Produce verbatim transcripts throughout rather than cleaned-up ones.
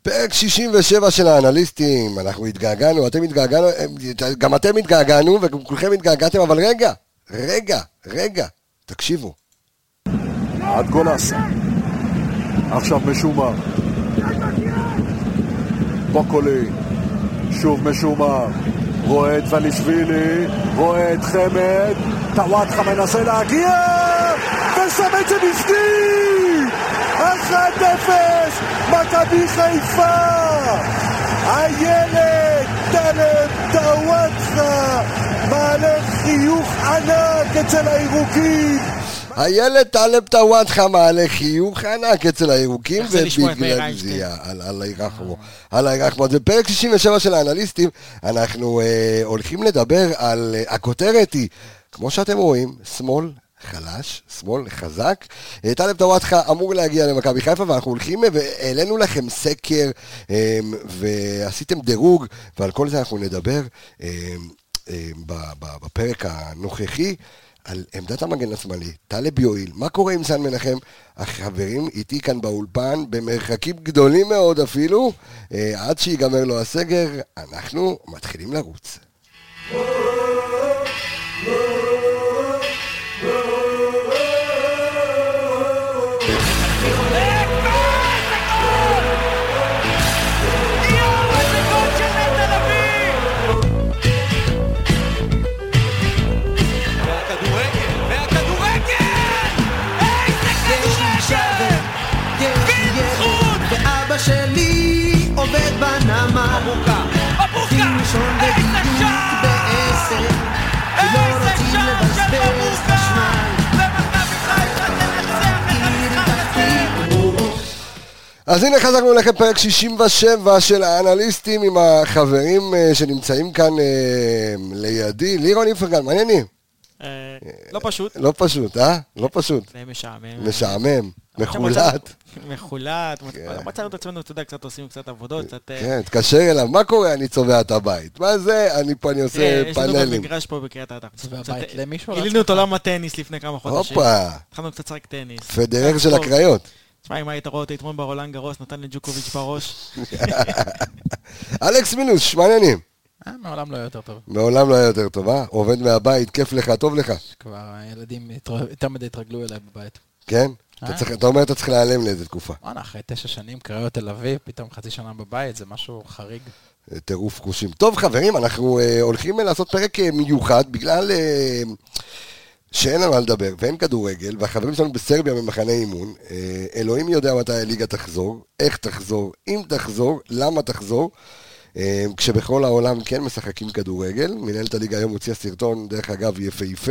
פרק שישים ושבע של האנליסטים, אנחנו התגעגענו, אתם התגעגענו, גם אתם התגעגענו וכולכם התגעגעתם, אבל רגע, רגע, רגע, תקשיבו. עד גולסה, עכשיו משומר, בוקולי, שוב משומר, רואה את ולישווילי, רואה את חמד, טוואטחה מנסה להגיע, ושם את זה בפנים! אחד אפס, מכבי חיפה! הילד טלב טוואטחה מעלה חיוך ענק אצל הירוקים. הילד טלב טוואטחה מעלה חיוך ענק אצל הירוקים, ובגלל זה, על הירחמו, על הירחמו. זה פרק שישים ושבע של האנליסטים, אנחנו הולכים לדבר על, הכותרת היא, כמו שאתם רואים, שמאל חלש, שמאל חזק. טלב טוואטחה אמור להגיע למכבי חיפה, ואנחנו הולכים והעלינו לכם סקר, ועשיתם דירוג, ועל כל זה אנחנו נדבר בפרק הנוכחי. על עמדת המגן השמאלי, טלב יועיל, מה קורה עם סן מנחם? החברים איתי כאן באולפן, במרחקים גדולים מאוד אפילו, עד שיגמר לו הסגר, אנחנו מתחילים לרוץ. שלי עובד בנמה בבוקה, איזה שער איזה שער של בבוקה ומכבי חיפה תנצח את המשחק. אז הנה חזרנו לכם פרק שישים ושבע של האנליסטים עם החברים שנמצאים כאן לידי. לירון איפרגן, מעניינים? לא פשוט. לא פשוט, אה? לא פשוט. זה משעמם. משעמם. מחולט. מחולט. מצאנו את עצמנו, אתה יודע, קצת עושים קצת עבודות, קצת... כן, תקשר אליו, מה קורה? אני צובע את הבית. מה זה? אני פה, אני עושה פאנלים. יש לנו גם מגרש פה בקריית אתא. צובע הבית למישהו? גילינו את עולם הטניס לפני כמה חודשים. הופה. התחלנו קצת שחק טניס. פדרר של הקריות. תשמע, אם היית רואה אותי אתמול ברולנד גרוס, נתן לג'וקוביץ' בראש. אלכס מילוש, מעניינים. מעולם לא היה יותר טוב. מעולם לא היה יותר טוב, אה? עובד מהבית, כיף לך, טוב לך. כבר הילדים יותר מדי התרגלו אליי בבית. כן? אתה אומר, אתה צריך להיעלם לאיזה תקופה. אחרי תשע שנים, קריות תל אביב, פתאום חצי שנה בבית, זה משהו חריג. טירוף חושים. טוב חברים, אנחנו הולכים לעשות פרק מיוחד, בגלל שאין לנו מה לדבר, ואין כדורגל, והחברים שלנו בסרביה ממחנה אימון. אלוהים יודע מתי הליגה תחזור, איך תחזור, אם תחזור, למה תחזור. כשבכל העולם כן משחקים כדורגל, מנהלת הליגה היום הוציאה סרטון, דרך אגב יפהפה,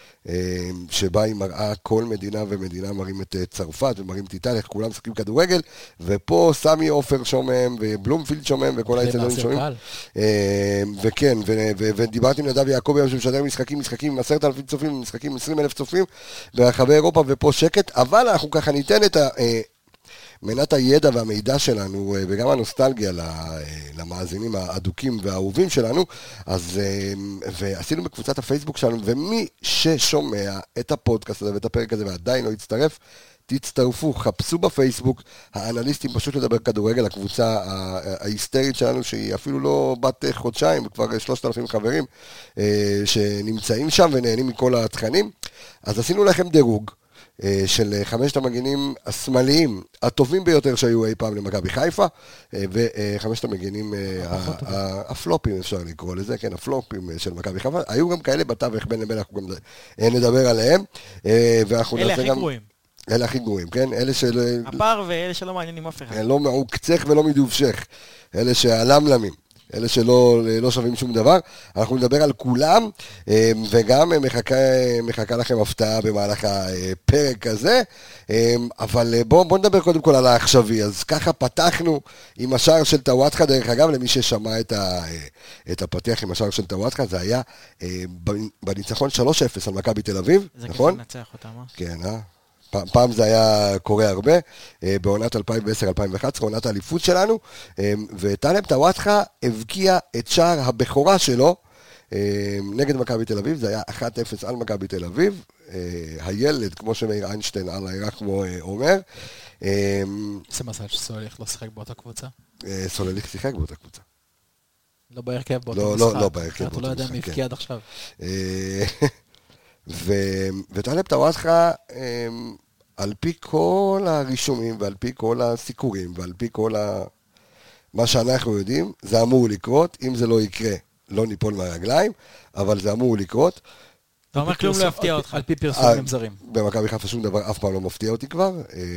שבה היא מראה כל מדינה ומדינה, מראים את צרפת ומראים את איטליה, כולם משחקים כדורגל, ופה סמי עופר שומם, ובלומפילד שומם, וכל היצדונים שומעים. וכן, ודיברתי עם נדב יעקבי היום שמשדר משחקים, משחקים עם עשרת אלפים צופים, משחקים עם עשרים אלף צופים, ברחבי אירופה, ופה שקט, אבל אנחנו ככה ניתן את ה... מנת הידע והמידע שלנו, וגם הנוסטלגיה למאזינים האדוקים והאהובים שלנו, אז, ועשינו בקבוצת הפייסבוק שלנו, ומי ששומע את הפודקאסט הזה ואת הפרק הזה ועדיין לא יצטרף, תצטרפו, חפשו בפייסבוק, האנליסטים פשוט לדבר כדורגל, הקבוצה ההיסטרית שלנו, שהיא אפילו לא בת חודשיים, כבר שלושת אלפים חברים שנמצאים שם ונהנים מכל התכנים, אז עשינו לכם דירוג, של חמשת המגנים השמאליים הטובים ביותר שהיו אי פעם למכבי חיפה, וחמשת המגנים הפלופים אפשר לקרוא לזה, כן, הפלופים של מכבי חיפה, היו גם כאלה בתווך בין לבין, אנחנו גם נדבר עליהם, אלה הכי גרועים. אלה הכי גרועים, כן, אלה של... הפער ואלה שלא מעניינים אף אחד. לא מעוקצך ולא מדובשך, אלה שהלמלמים. אלה שלא לא שווים שום דבר, אנחנו נדבר על כולם, וגם מחכה, מחכה לכם הפתעה במהלך הפרק הזה, אבל בואו בוא נדבר קודם כל על העכשווי. אז ככה פתחנו עם השער של טוואטחה, דרך אגב, למי ששמע את, ה, את הפתיח עם השער של טוואטחה, זה היה בניצחון שלוש אפס על מכבי תל אביב, זה נכון? זה כיף לנצח אותם, אה? כן, אה? פעם זה היה קורה הרבה, בעונת אלפיים ועשר אלפיים ואחת עשרה, עונת האליפות שלנו, וטלב טוואטחה הבקיע את שער הבכורה שלו, נגד מכבי תל אביב, זה היה אחת אפס על מכבי תל אביב, הילד, כמו שמאיר איינשטיין על הירח כמו אומר. זה מזל שסוליך לא שחק באותה קבוצה. סולליך שיחק באותה קבוצה. לא בהרכב באותו לא, משחק. לא, לא בהרכב אתה לא יודע מי הבקיע עד עכשיו. וטלב טוואטחה, על פי כל הרישומים ועל פי כל הסיקורים ועל פי כל מה שאנחנו יודעים, זה אמור לקרות. אם זה לא יקרה, לא ניפול מהרגליים, אבל זה אמור לקרות. אתה אומר כלום לא יפתיע אותך. על פי פרסומים זרים. במכבי חיפה שום דבר אף פעם לא מפתיע אותי כבר.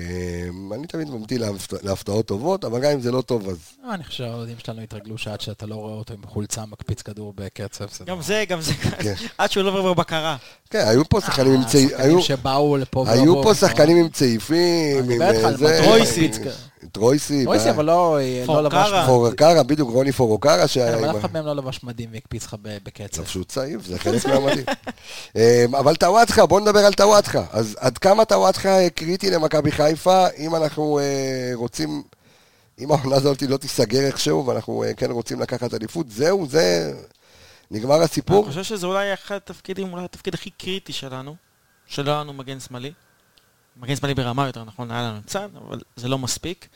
אני תמיד ממתין להפתעות טובות, אבל גם אם זה לא טוב, אז... אני חושב שהעודים שלנו התרגלו שעד שאתה לא רואה אותו עם חולצה, מקפיץ כדור בקצב. גם זה, גם זה, עד שהוא לא עובר בבקרה. כן, היו פה שחקנים עם צעיפים. שחקנים שבאו לפה ולבוא. היו פה שחקנים עם צעיפים. אני בטח על טרויסי. טרויסי. טרויסי, אבל לא לבש... פורוקרה, בדיוק רוני פורוקרה. אבל אף אחד מהם לא לבש מדים והקפיץ לך בקצב. לבשו צעיף, זה חלק מהמדים. אבל טוואטחה, בוא נדבר על טוואטחה. אז עד כמה טוואטחה קריטי למכבי חיפה, אם אנחנו רוצים, אם העונה הזאת לא תיסגר איכשהו, ואנחנו כן רוצים לקחת אליפות, זהו, זה נגמר הסיפור. אני חושב שזה אולי אחד התפקידים, אולי התפקיד הכי קריטי שלנו, שלא לנו מגן שמאלי. מגן שמאלי ברמה יותר, נכון, היה לנו צד, אבל זה לא מספיק.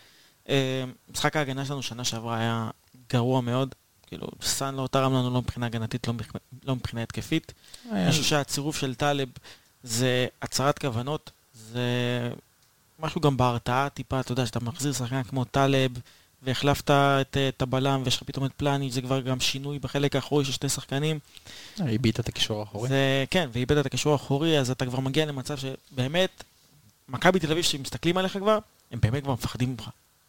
משחק ההגנה שלנו שנה שעברה היה גרוע מאוד, כאילו, סן לא תרם לנו לא מבחינה הגנתית, לא מבחינה התקפית. אני חושב שהצירוף של טלב זה הצהרת כוונות, זה משהו גם בהרתעה טיפה, אתה יודע, שאתה מחזיר שחקן כמו טלב, והחלפת את, את הבלם, ויש לך פתאום את פלני, זה כבר גם שינוי בחלק האחורי של שני שחקנים. היא איבדת את הקישור האחורי. זה, כן, ואיבדת את הקישור האחורי, אז אתה כבר מגיע למצב שבאמת, מכבי תל אביב שמסתכלים עליך כבר, הם באמת כבר מפחדים ממך.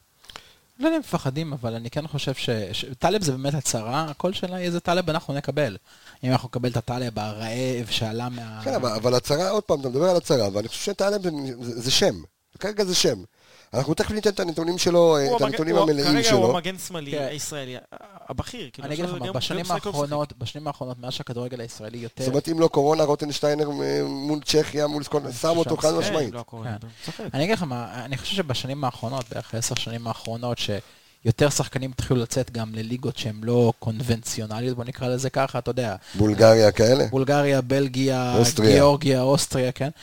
לא יודע אם מפחדים, אבל אני כן חושב שטלב זה באמת הצהרה, הכל שלה איזה טלב אנחנו נקבל. אם אנחנו נקבל את הטלב הרעב שעלה מה... כן, אבל הצהרה, עוד פעם, אתה מדבר על הצהרה, ואני חושב שטלב זה שם, כרגע זה שם. אנחנו תכף ניתן את הנתונים שלו, את הנתונים המלאים שלו. כרגע הוא המגן שמאלי הישראלי, הבכיר. אני אגיד לך מה, בשנים האחרונות, בשנים האחרונות, מאז שהכדורגל הישראלי יותר... זאת אומרת, אם לא קורונה, רוטנשטיינר מול צ'כיה, מול סקוטלנד, שם אותו חד משמעית. אני אגיד לך מה, אני חושב שבשנים האחרונות, בערך עשר שנים האחרונות, שיותר שחקנים התחילו לצאת גם לליגות שהן לא קונבנציונליות, בוא נקרא לזה ככה, אתה יודע. בולגריה כאלה? בולגריה, בלגיה, גיאורגיה, אוסטריה, כן?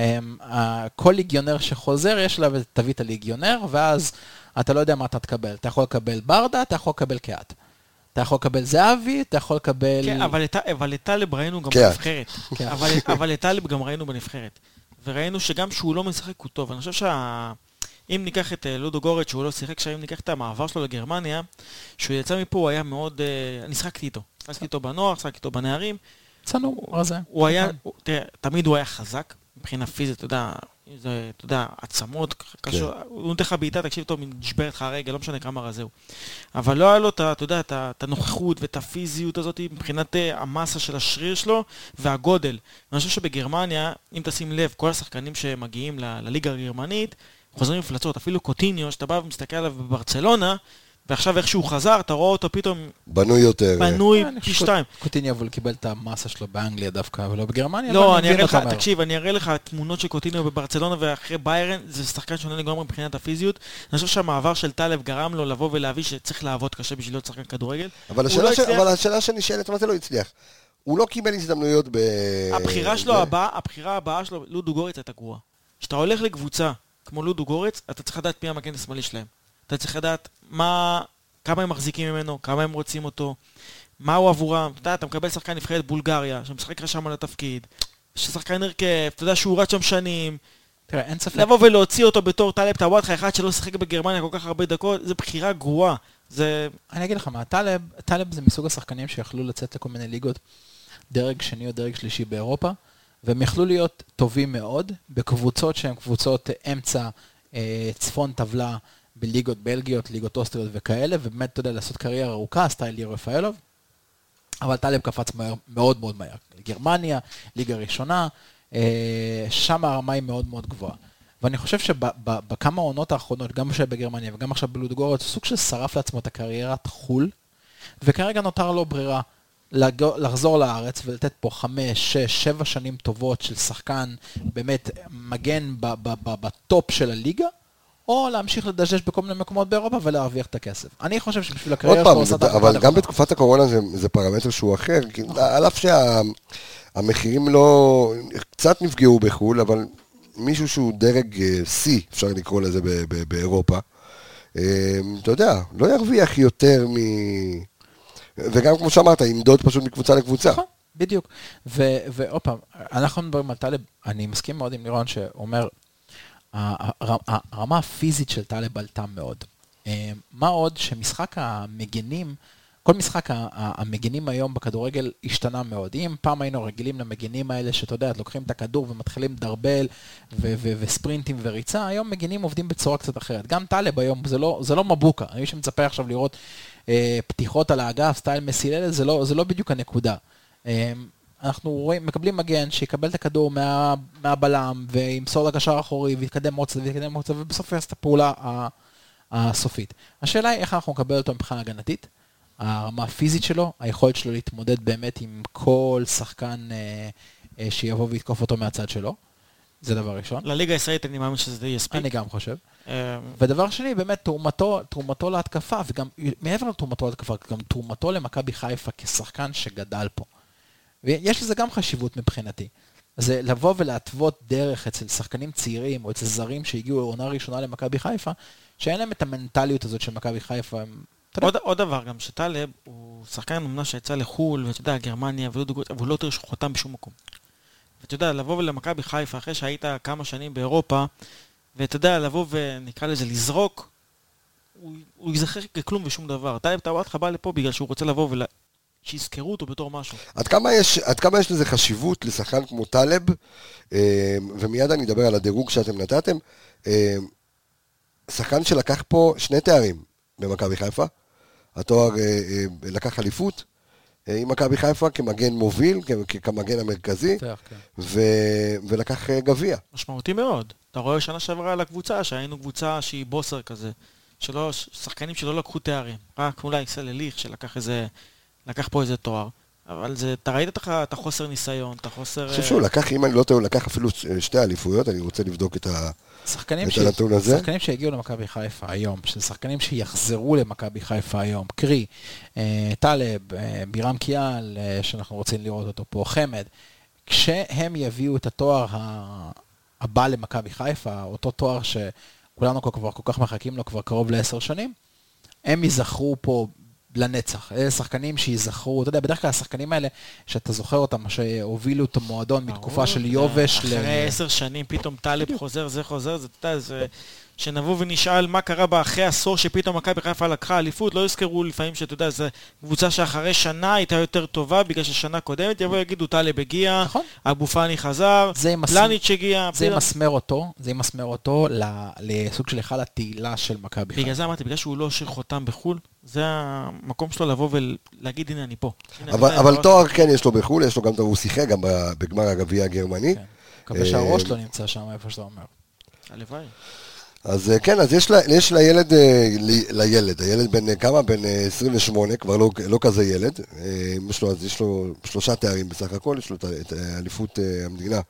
כל ליגיונר שחוזר, יש לה ותביא את הליגיונר, ואז אתה לא יודע מה אתה תקבל. אתה יכול לקבל ברדה, אתה יכול לקבל קאט. אתה יכול לקבל זהבי, אתה יכול לקבל... כן, אבל את טלב ראינו גם בנבחרת. אבל את טלב גם ראינו בנבחרת. וראינו שגם שהוא לא משחק הוא טוב. אני חושב שה... אם ניקח את לודו גורץ, שהוא לא שיחק, שאם ניקח את המעבר שלו לגרמניה, שהוא יצא מפה, הוא היה מאוד... אני שחקתי איתו. שחקתי איתו בנוער, שחקתי איתו בנערים. צנוע, רזה. הוא היה... תראה, תמיד הוא היה חזק, מבחינה פיזית, אתה יודע, זה, אתה יודע, עצמות, קשור, הוא נותן לך בעיטה, תקשיב אותו, נשבר לך הרגל, לא משנה כמה רזה הוא. אבל לא היה לו, אתה יודע, את הנוכחות ואת הפיזיות הזאת, מבחינת המסה של השריר שלו, והגודל. ואני חושב שבגרמניה, אם תשים לב, כל השחקנים שמגיעים לליגה הגרמנית, חוזרים מפלצות, אפילו קוטיניו, שאתה בא ומסתכל עליו בברצלונה, ועכשיו איך שהוא חזר, אתה רואה אותו פתאום... בנוי יותר. בנוי פי שתיים. קוטיניו אבל קיבל את המסה שלו באנגליה דווקא, ולא בגרמניה. לא, אני אראה לך, תקשיב, אני אראה לך תמונות של קוטיניו בברצלונה, ואחרי ביירן, זה שחקן שונה לגמרי מבחינת הפיזיות. אני חושב שהמעבר של טלב גרם לו לבוא ולהביא שצריך לעבוד קשה בשביל להיות שחקן כדורגל. אבל השאלה שנשאלת, מה זה לא הצליח? הוא לא קיבל הזדמנויות ב... הבחירה שלו הבאה, הבחירה הבאה שלו, לודו גורץ הייתה גרועה. כשאתה הולך לקבוצה כמו לודו גורץ, אתה צריך לדעת מי המגן השמאלי שלהם. אתה צריך לדעת מה, כמה הם מחזיקים ממנו, כמה הם רוצים אותו, מה הוא עבורם. אתה יודע, אתה מקבל שחקן נבחרת בולגריה, שמשחק רשם על התפקיד, ששחקן הרכב, אתה יודע שהוא רץ שם שנים. תראה, אין ספק. לבוא ולהוציא אותו בתור טלב טוואטחה, אחד שלא שחק בגרמניה כל כך הרבה דקות, זה בחירה גרועה. זה... אני אגיד לך מה, טלב, טלב זה מסוג השחקנים שיכלו לצאת לכל מיני ליגות, דרג שני או דרג שלישי באירופה, והם יכלו להיות טובים מאוד, בקבוצות שהן קבוצות אמצע, צפון טבלה, בליגות בלגיות, ליגות אוסטריות וכאלה, ובאמת, אתה יודע, לעשות קריירה ארוכה, סטייל ליאור רפאלוב, אבל טלב קפץ מהר, מאוד מאוד מהר. גרמניה, ליגה ראשונה, שם הרמה היא מאוד מאוד גבוהה. ואני חושב שבכמה העונות האחרונות, גם בגרמניה וגם עכשיו בלודו גורץ, סוג ששרף לעצמו את הקריירת חול, וכרגע נותר לו ברירה לחזור לארץ ולתת פה חמש, שש, שבע שנים טובות של שחקן באמת מגן בטופ של הליגה, או להמשיך לדשדש בכל מיני מקומות באירופה ולהרוויח את הכסף. אני חושב שבשביל הקריירה שלו עושה את הפרדה. אבל גם בתקופת הקורונה זה, זה פרמטר שהוא אחר, כי על אף שהמחירים לא, קצת נפגעו בחול, אבל מישהו שהוא דרג C, אפשר לקרוא לזה באירופה, אתה יודע, לא ירוויח יותר מ... וגם כמו שאמרת, ימדוד פשוט מקבוצה לקבוצה. נכון, בדיוק. ועוד פעם, אנחנו מדברים על טלב, אני מסכים מאוד עם לירון שאומר, הרמה הפיזית של טלב עלתה מאוד. מה עוד שמשחק המגנים, כל משחק המגנים היום בכדורגל השתנה מאוד. אם פעם היינו רגילים למגנים האלה, שאתה יודע, לוקחים את הכדור ומתחילים דרבל וספרינטים וריצה, היום מגנים עובדים בצורה קצת אחרת. גם טלב היום, זה לא מבוקה. אני שמצפה עכשיו לראות פתיחות על האגף, סטייל מסילל, זה לא בדיוק הנקודה. אנחנו רואים, מקבלים מגן שיקבל את הכדור מהבלם, וימסור לקשר האחורי, ויתקדם עוד צד, ויתקדם עוד צד, ובסוף יעשה את הפעולה הסופית. השאלה היא איך אנחנו נקבל אותו מבחינה הגנתית, הרמה הפיזית שלו, היכולת שלו להתמודד באמת עם כל שחקן שיבוא ויתקוף אותו מהצד שלו. זה דבר ראשון. לליגה הישראלית אני מאמין שזה יספיק. אני גם חושב. ודבר שני, באמת, תרומתו, תרומתו להתקפה, וגם מעבר לתרומתו להתקפה, גם תרומתו למכבי חיפה כשחקן שגדל פה. ויש לזה גם חשיבות מבחינתי. זה לבוא ולהתוות דרך אצל שחקנים צעירים, או אצל זרים שהגיעו עונה ראשונה למכבי חיפה, שאין להם את המנטליות הזאת של מכבי חיפה. עוד, עוד דבר, גם שטלב הוא שחקן אמנם שיצא לחול, ואתה יודע, גרמניה, אבל הוא לא תראה שחותם בשום מקום. ואתה יודע, לבוא ולמכבי חיפה, אחרי שהיית כמה שנים באירופה, ואתה יודע, לבוא ונקרא לזה לזרוק, הוא, הוא יזכר ככלום ושום דבר. טלב טוואטחה בא לפה בגלל שהוא רוצה לבוא ול... שיזכרו אותו בתור משהו. עד כמה יש, עד כמה יש לזה חשיבות לשחקן כמו טלב, ומיד אני אדבר על הדירוג שאתם נתתם, שחקן שלקח פה שני תארים במכבי חיפה, התואר לקח אליפות, עם מכבי חיפה כמגן מוביל, כמגן המרכזי, ולקח גביע. משמעותי מאוד. אתה רואה שנה שעברה על הקבוצה, שהיינו קבוצה שהיא בוסר כזה, שחקנים שלא לקחו תארים, רק אולי אקסל אליך שלקח איזה... לקח פה איזה תואר, אבל זה, אתה ראית את החוסר ניסיון, את החוסר... אני חושב שהוא לקח, אם אני לא טועה, הוא לקח אפילו שתי אליפויות, אני רוצה לבדוק את הנתון הזה. שחקנים שהגיעו למכבי חיפה היום, שחקנים שיחזרו למכבי חיפה היום, קרי, טלב, בירם קיאל, שאנחנו רוצים לראות אותו פה, חמד, כשהם יביאו את התואר הבא למכבי חיפה, אותו תואר שכולנו כבר כל כך מחכים לו כבר קרוב לעשר שנים, הם יזכרו פה לנצח. אלה שחקנים שיזכרו, אתה יודע, בדרך כלל השחקנים האלה, שאתה זוכר אותם, שהובילו את המועדון מתקופה של יובש. אחרי עשר שנים, פתאום טלב חוזר, זה חוזר, זה, אתה יודע, זה... שנבוא ונשאל מה קרה בה אחרי עשור שפתאום מכבי חיפה לקחה אליפות, לא יזכרו לפעמים שאתה יודע, זו קבוצה שאחרי שנה הייתה יותר טובה, בגלל ששנה קודמת יבוא יגידו, טלב הגיע, אבו פאני חזר, פלניץ' הגיע. זה ימסמר אותו, זה ימסמר אותו לסוג של אחד התהילה של מכבי חיפה. בגלל זה אמרתי, בגלל שהוא לא השאיר חותם בחול, זה המקום שלו לבוא ולהגיד, הנה אני פה. אבל תואר כן יש לו בחול, יש לו גם, הוא שיחק גם בגמר הגביע הגרמני. מקווה שהראש לא נמצא שם איפה שאתה אומר. הלוואי. אז כן, אז יש, לה, יש לילד, לילד, הילד בן כמה? בן עשרים ושמונה, כבר לא, לא כזה ילד, יש לו, אז יש לו שלושה תארים בסך הכל, יש לו את אליפות המדינה,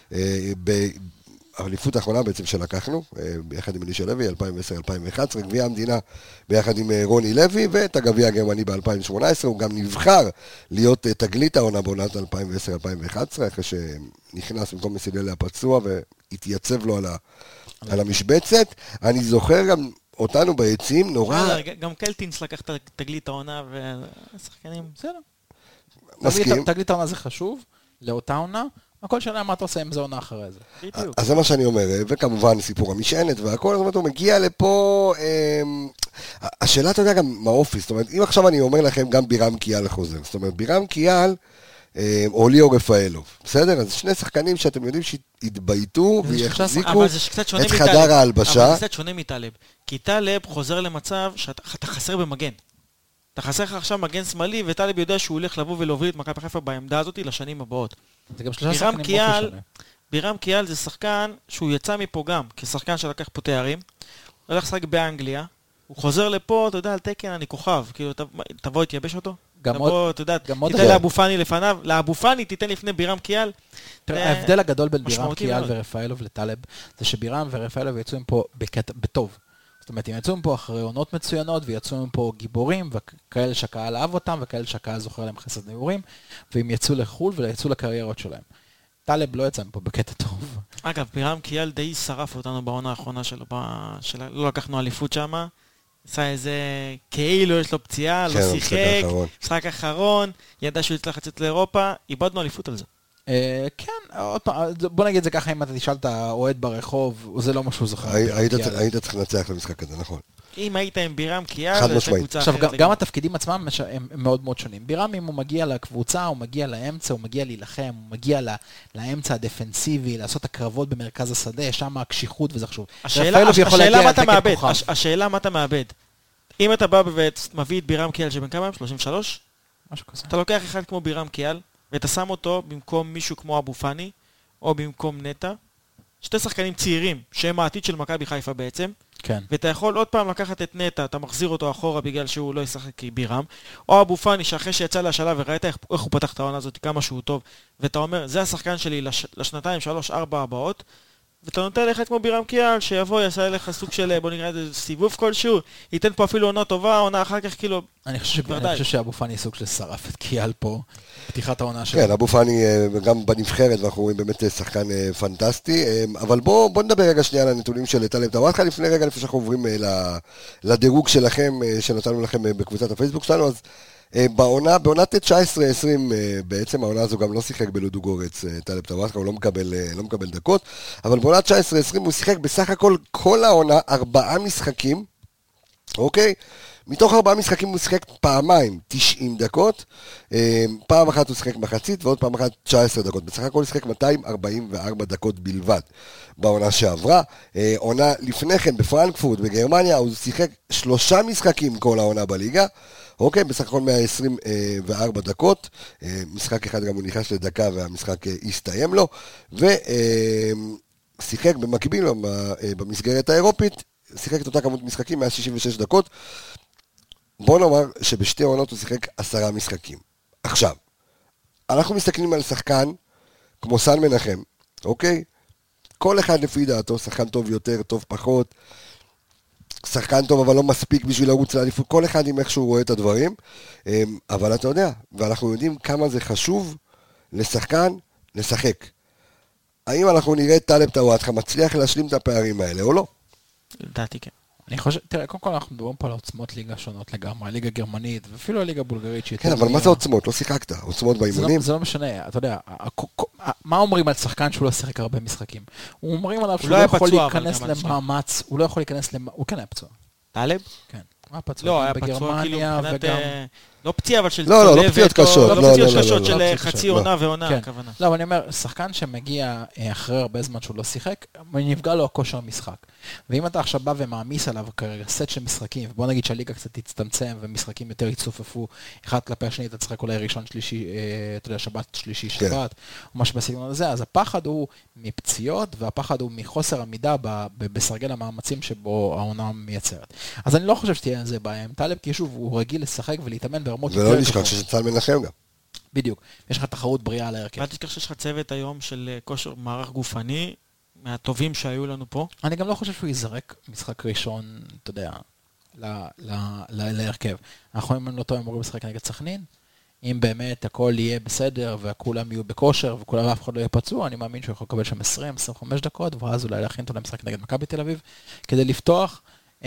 האליפות האחרונה בעצם שלקחנו, ביחד עם אלישע לוי, אלפיים ועשר אלפיים ואחת עשרה, גביע המדינה ביחד עם רוני לוי, ואת הגביע הגרמני ב-אלפיים שמונה עשרה, הוא גם נבחר להיות תגלית העונה בעונת אלפיים ועשר אלפיים ואחת עשרה, אחרי שנכנס במקום מסילל הפצוע והתייצב לו על ה... על המשבצת. אני זוכר גם אותנו ביציעים נורא... גם קלטינס לקח תגלית העונה והשחקנים, בסדר. מסכים. תגלית העונה זה חשוב, לאותה עונה, הכל שאלה מה אתה עושה עם זה עונה אחרי זה. אז זה מה שאני אומר, וכמובן סיפור המשענת והכל, זאת אומרת, הוא מגיע לפה... השאלה, אתה יודע, גם מהאופי, זאת אומרת, אם עכשיו אני אומר לכם גם בירם קיאל חוזר, זאת אומרת, בירם קיאל... או ליאו רפאלוב, בסדר? אז שני שחקנים שאתם יודעים שהתבייתו ויחזיקו את חדר ההלבשה. אבל זה קצת שונה מטלב, כי טלב חוזר למצב שאתה חסר במגן. אתה חסר לך עכשיו מגן שמאלי, וטלב יודע שהוא הולך לבוא ולהוביל את מכבי חיפה בעמדה הזאת לשנים הבאות. זה גם שלושה שחקנים באופי שונה. בירם קיאל זה שחקן שהוא יצא מפה גם, כשחקן שלקח פה תארים, הוא הולך לשחק באנגליה, הוא חוזר לפה, אתה יודע, על תקן אני כוכב, כאילו תבוא תייבש אותו. גם עוד, גם עוד, תיתן לאבו פאני לפניו, לאבו פאני תיתן לפני בירם קיאל. תראה, ההבדל הגדול בין בירם קיאל ורפאלוב לטלב, זה שבירם ורפאלוב יצאו פה בטוב. זאת אומרת, הם יצאו פה אחרי עונות מצוינות, ויצאו פה גיבורים, וכאלה שהקהל אהב אותם, וכאלה שהקהל זוכר להם חסד נעורים, והם יצאו לחול ויצאו לקריירות שלהם. טלב לא יצא פה בקטע טוב. אגב, בירם קיאל די שרף אותנו בעונה האחרונה שלו, לא לקחנו אליפות שמה, עשה איזה, כאילו יש לו פציעה, לא כן, שיחק, משחק אחרון. משחק אחרון, ידע שהוא יצטרך לצאת לאירופה, איבדנו אליפות על זה. אה, כן, עוד פעם, בוא נגיד את זה ככה, אם אתה תשאל את האוהד ברחוב, זה לא משהו זוכר. הי- היית צריך- היית צריך לנצח למשחק הזה, נכון. אם היית עם בירם קיאל, חד זה הייתה משמעית. קבוצה עכשיו, אחרת גם, גם לגמרי. התפקידים עצמם מש- הם הם מאוד מאוד שונים. בירם, אם הוא מגיע לקבוצה, הוא מגיע לאמצע, הוא מגיע להילחם, הוא מגיע ל- לאמצע הדפנסיבי, לעשות הקרבות במרכז השדה, שם הקשיחות וזה חשוב. השאלה, רפאלוב יכול השאלה להגיע מה אתה לתקן מאבד, כוכב. הש, השאלה מה אתה מאבד. אם אתה בא ומביא את בירם קיאל שבן כמה הם? שלושים ושלוש? משהו כזה. אתה לוקח אחד כמו בירם קיאל, ואתה שם אותו במקום מישהו כמו אבו פאני, או במקום נטע, שתי שחקנים צעירים, שהם העתיד של מכבי חיפה בעצם, כן. ואתה יכול עוד פעם לקחת את נטע, אתה מחזיר אותו אחורה בגלל שהוא לא ישחק כבירם, או אבו פאני שאחרי שיצא להשאלה וראית איך, איך הוא פתח את העונה הזאת, כמה שהוא טוב, ואתה אומר, זה השחקן שלי לש, לשנתיים, שלוש, ארבע הבאות, ואתה נותן לך כמו בירם קיאל, שיבוא, יעשה לך סוג של, בוא נקרא את זה, סיבוב כלשהו, ייתן פה אפילו עונה טובה, עונה אחר כך כאילו, אני חושב, כבר אני די. חושב שאבו פאני סוג של שרף את קיאל פה, פתיחת העונה שלו. כן, אבו פאני אה, גם בנבחרת, ואנחנו רואים באמת אה, שחקן אה, פנטסטי, אה, אבל בוא, בוא נדבר רגע שנייה על הנתונים של טלב טוואטחה, לפני רגע, לפני שאנחנו עוברים אה, ל- לדירוג שלכם, אה, שנתנו לכם אה, בקבוצת הפייסבוק שלנו, אז אה, בעונה, בעונת תשע עשרה עשרים, אה, בעצם העונה הזו גם לא שיחק בלודו גורץ, אה, טלב טוואטחה, הוא לא מקבל, אה, לא מקבל דקות, אבל בעונת תשע עשרה עשרים הוא שיחק בסך הכל כל העונה, ארבעה משחקים, אוקיי? מתוך ארבעה משחקים הוא שיחק פעמיים תשעים דקות, פעם אחת הוא שיחק מחצית ועוד פעם אחת תשע עשרה דקות. בסך הכל הוא שיחק מאתיים ארבעים וארבע דקות בלבד בעונה שעברה. עונה לפני כן בפרנקפורט בגרמניה הוא שיחק שלושה משחקים כל העונה בליגה, אוקיי, בסך הכל מאה עשרים וארבע דקות, משחק אחד גם הוא נכנס לדקה והמשחק הסתיים לו, ושיחק במקביל במסגרת האירופית, שיחק את אותה כמות משחקים, מאה שישים ושש דקות. בוא נאמר שבשתי עונות הוא שיחק עשרה משחקים. עכשיו, אנחנו מסתכלים על שחקן כמו סן מנחם, אוקיי? כל אחד לפי דעתו, שחקן טוב יותר, טוב פחות, שחקן טוב אבל לא מספיק בשביל לרוץ לאליפות, כל אחד עם איך שהוא רואה את הדברים, אבל אתה יודע, ואנחנו יודעים כמה זה חשוב לשחקן לשחק. האם אנחנו נראה את טלב טוואטחה מצליח להשלים את הפערים האלה או לא? לדעתי כן. אני חושב, תראה, קודם כל אנחנו מדברים פה על עוצמות ליגה שונות לגמרי, הליגה גרמנית, ואפילו הליגה בולגרית שהיא... כן, אבל מה זה עוצמות? לא שיחקת, עוצמות באימונים? זה לא משנה, אתה יודע, מה אומרים על שחקן שהוא לא שיחק הרבה משחקים? הוא אומרים עליו שהוא לא לא היה יכול פצוע, אבל להיכנס גם על למאמץ, הוא לא יכול להיכנס למאמץ, הוא כן היה פצוע, טלב? כן. הוא היה פצוע לא, היה פצוע כאילו בגרמניה מבחינת... וגם... אה, לא פציעה, אבל של לא, לא, לא צולבת, פציעות או- קשות, לא לא, פציעות לא, לא, קשות לא, של לא, אה, לא חצי פציעות עונה ועונה, כן. הכוונה. לא, אבל אני אומר, שחקן שמגיע אה, אחרי הרבה זמן שהוא לא שיחק, נפגע לו הכושר המשחק. ואם אתה עכשיו בא ומעמיס עליו כרגע סט של משחקים, ובוא נגיד שהליגה קצת תצטמצם ומשחקים יותר יצופפו אחד כלפי השני, אתה צריך אולי ראשון שלישי, אה, אתה יודע, שבת שלישי שבת, או משהו בסגנון הזה, אז הפחד הוא מפציעות, והפחד הוא מחוסר עמידה ב- ב- בסרגל המאמצים שבו העונה מייצרת. אז אני לא חושב שתהיה לזה בעיה עם טלב, כי שוב, הוא רגיל לשחק ולהתאמן ברמות ולא נשכח שיש את סן מנחם גם. בדיוק. יש לך תחרות בריאה על ההרכב. ואל תשכח שיש לך צוות היום של אה, כושר מערך גופני, מהטובים שהיו לנו פה. אני גם לא חושב שהוא יזרק משחק ראשון, אתה יודע, ל- ל- ל- להרכב. אנחנו אם לא טועים אמורים לשחק נגד סכנין, אם באמת הכל יהיה בסדר וכולם יהיו בכושר וכולם אף אחד לא יהיה פצוע, אני מאמין שהוא יכול לקבל שם עשרים עד עשרים וחמש דקות, ואז אולי להכין אותו למשחק נגד מכבי תל אביב, כדי לפתוח, אה,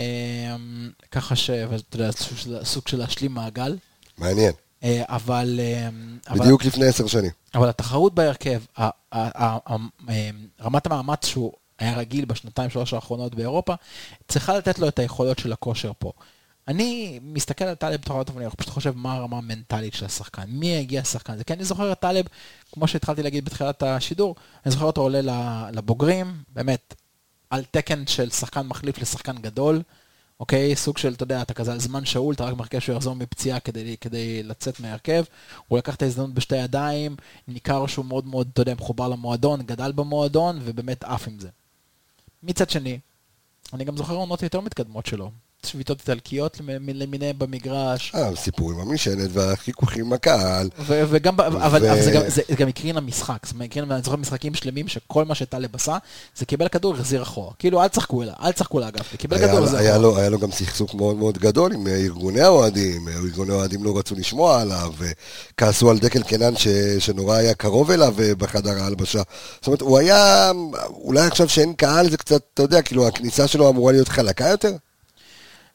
ככה ש... ואתה יודע, סוג של- סוג של להשלים מעגל, מעניין. אה, אבל... אה, אבל- בדיוק לפני עשר שנים. אבל התחרות בהרכב, ה- ה- ה- ה- רמת המאמץ שהוא היה רגיל בשנתיים שלוש האחרונות באירופה, צריכה לתת לו את היכולות של הכושר פה. אני מסתכל על טלב טוואטחה ואני פשוט חושב מה הרמה המנטלית של השחקן, מי הגיע השחקן. זה כי אני זוכר את טלב, כמו שהתחלתי להגיד בתחילת השידור, אני זוכר אותו עולה לבוגרים, באמת, על תקן של שחקן מחליף לשחקן גדול, אוקיי, סוג של, אתה יודע, אתה כזה על זמן שאול, אתה רק מחכה שהוא יחזור מפציעה כדי, כדי לצאת מהרכב, הוא לקח את ההזדמנות בשתי ידיים, ניכר שהוא מאוד מאוד, אתה יודע, מחובר למועדון, גדל במועדון, ובאמת עף עם זה. מצד שני, אני גם זוכר עונות יותר מתקדמות שלו, שביתות איטלקיות למיניהם במגרש. אה, סיפור עם המשענת והחיכוכים עם הקהל. ו- וגם, אבל, ו- אבל זה גם, זה גם הקרין למשחק, זאת אומרת, הקרין, ואני זוכר משחקים שלמים שכל מה שטלב עשה, זה קיבל כדור, החזיר אחורה. כאילו, אל תשחקו אליו, אל תשחקו לאגף, קיבל היה- כדור, החזיר היה אחורה. לו- היה לו גם סכסוך מאוד מאוד גדול עם ארגוני האוהדים, ארגוני האוהדים לא רצו לשמוע עליו, וכעסו על דקל קנן ש- שנורא היה קרוב אליו בחדר ההלבשה. זאת אומרת, הוא היה, אולי עכשיו שאין קהל זה קצת, אתה יודע, כאילו הכניסה שלו אמורה להיות חלקה יותר?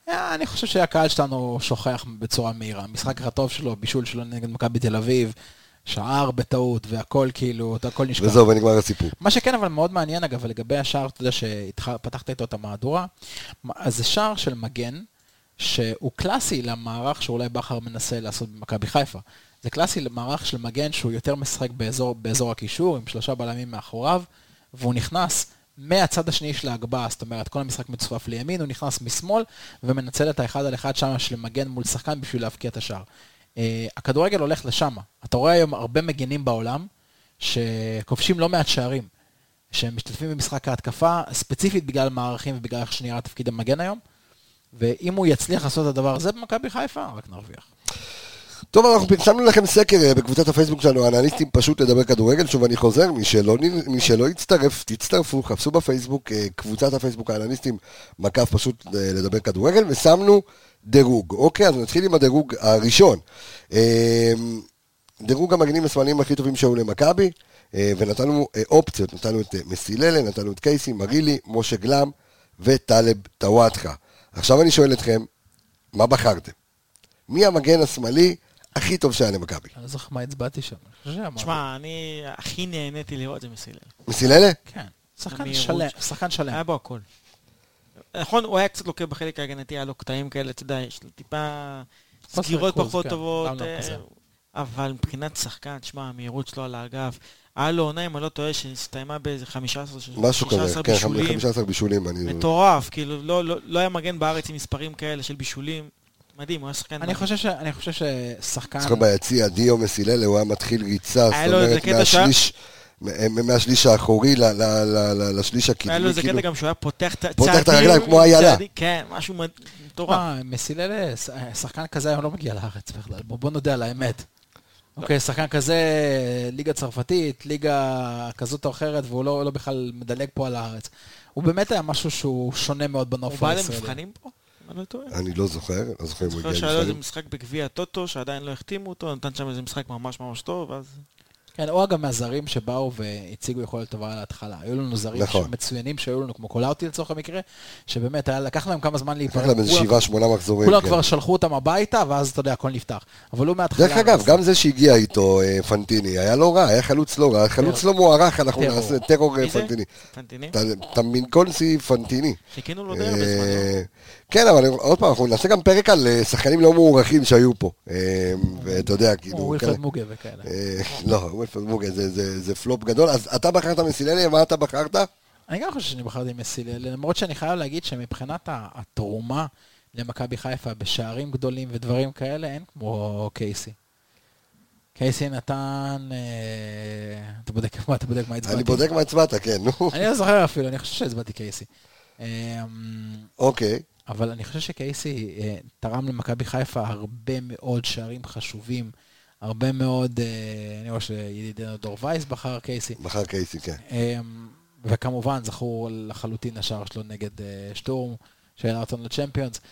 אני חושב שהקהל שלנו שוכח בצורה מהירה. המשחק הטוב שלו, בישול שלו נגד מכבי תל אביב, שער בטעות, והכל כאילו, הכל נשכח. וזהו, ונגמר הסיפור. מה שכן, אבל מאוד מעניין, אגב, לגבי השער, אתה יודע שפתחת איתו את המהדורה, אז זה שער של מגן, שהוא קלאסי למערך שאולי בכר מנסה לעשות במכבי חיפה. זה קלאסי למערך של מגן שהוא יותר משחק באזור, באזור הקישור, עם שלושה בלמים מאחוריו, והוא נכנס מהצד השני של ההגבהה, זאת אומרת, כל המשחק מצופף לימין, הוא נכנס משמאל, ומנצל את האחד על אחד שם של מגן מול שחקן בשביל להפקיע את השער. Uh, הכדורגל הולך לשם. אתה רואה היום הרבה מגנים בעולם, שכובשים לא מעט שערים, שהם משתתפים במשחק ההתקפה, ספציפית בגלל מערכים ובגלל איך שנראה תפקיד המגן היום, ואם הוא יצליח לעשות את הדבר הזה במכבי חיפה, רק נרוויח. טוב, אנחנו פרסמנו לכם סקר בקבוצת הפייסבוק שלנו, האנליסטים פשוט לדבר כדורגל. שוב אני חוזר, מי שלא, מי שלא יצטרף, תצטרפו, חפשו בפייסבוק, קבוצת הפייסבוק האנליסטים, מקף פשוט לדבר כדורגל, ושמנו דירוג. אוקיי, אז נתחיל עם הדירוג הראשון. דירוג המגנים השמאליים הכי טובים שהיו למכבי, ונתנו אופציות, נתנו את מסיללה, נתנו את קייסי, מרילי, משה גלם וטלב טוואטחה. עכשיו אני שואל אתכם, מה בחרתם? מי המגן השמאלי הכי טוב שהיה למכבי? אני לא זוכר מה הצבעתי שם. תשמע, אני הכי נהניתי לראות זה מסיללה. מסיללה? כן, שחקן שלם, שחקן שלם. היה בו הכל. נכון, הוא היה קצת לוקה בחלק ההגנתי, היה לו קטעים כאלה, אתה יודע, יש לו טיפה סגירות פחות טובות, אבל מבחינת שחקן, תשמע, המהירות שלו על האגף, היה לו עונה, אם אני לא טועה, שהסתיימה באיזה חמישה עשר בישולים. משהו כזה, כן, חמישה עשר בישולים. מטורף, כאילו, לא היה מגן בארץ עם מספרים כאלה של בישולים. מדהים, הוא היה שחקן. אני חושב ש... אני חושב ששחקן... שחקן ביציע, דיו מסיללה, הוא היה מתחיל ריצה, זאת אומרת, מהשליש... מהשליש האחורי לשליש הקדמי. היה לו איזה קטע גם שהוא היה פותח את הצעדים. פותח את הרגליים כמו איילה. כן, משהו מטורף. מסיללה, שחקן כזה היום לא מגיע לארץ בכלל. בוא נודע על האמת. אוקיי, שחקן כזה, ליגה צרפתית, ליגה כזאת או אחרת, והוא לא בכלל מדלג פה על הארץ. הוא באמת היה משהו שהוא שונה מאוד בנוף הישראלי. הוא בא למבחנים פה? אני לא זוכר, לא זוכר אם הוא הגיע לפעמים. שהיה לו איזה משחק בגביע הטוטו, שעדיין לא החתימו אותו, נתן שם איזה משחק ממש ממש טוב, אז... כן, או גם מהזרים שבאו והציגו יכולת טובה על ההתחלה. היו לנו זרים מצוינים שהיו לנו, כמו קולאוטי לצורך המקרה, שבאמת לקח להם כמה זמן להיפרד. לקח להם איזה שבעה, שמונה מחזורים. כולם כבר שלחו אותם הביתה, ואז אתה יודע, הכל נפתח. אבל הוא מההתחלה... דרך אגב, גם זה שהגיע איתו פנטיני, היה לא רע, היה חלוץ לא רע, חלוץ לא מוערך, אנחנו נעשה טרור פנטיני. פנטיני? תמינקונסי פנטיני. חיכינו לו די הרבה זמן. כן, אבל עוד פעם, אנחנו נעשה גם פרק על שחקנים לא מוערכים שהיו פה. ואתה יודע, כאילו... ווילפרד מוגה וכאלה. לא, ווילפרד מוגה זה פלופ גדול. אז אתה בחרת מסיללה, מה אתה בחרת? אני גם חושב שאני בחרתי מסיללה, למרות שאני חייב להגיד שמבחינת התרומה למכבי חיפה בשערים גדולים ודברים כאלה, אין כמו קייסי. קייסי נתן... אתה בודק מה, אתה בודק מה הצבעתי? אני בודק מה הצבעת, כן, נו. אני לא זוכר אפילו, אני חושב שהצבעתי קייסי. אוקיי. אבל אני חושב שקייסי תרם למכבי חיפה הרבה מאוד שערים חשובים, הרבה מאוד, אני רואה שידידנו דור וייס בחר קייסי. בחר קייסי, כן. וכמובן זכור לחלוטין השער שלו נגד שטורם, שהעלה אותנו לצ'מפיונס.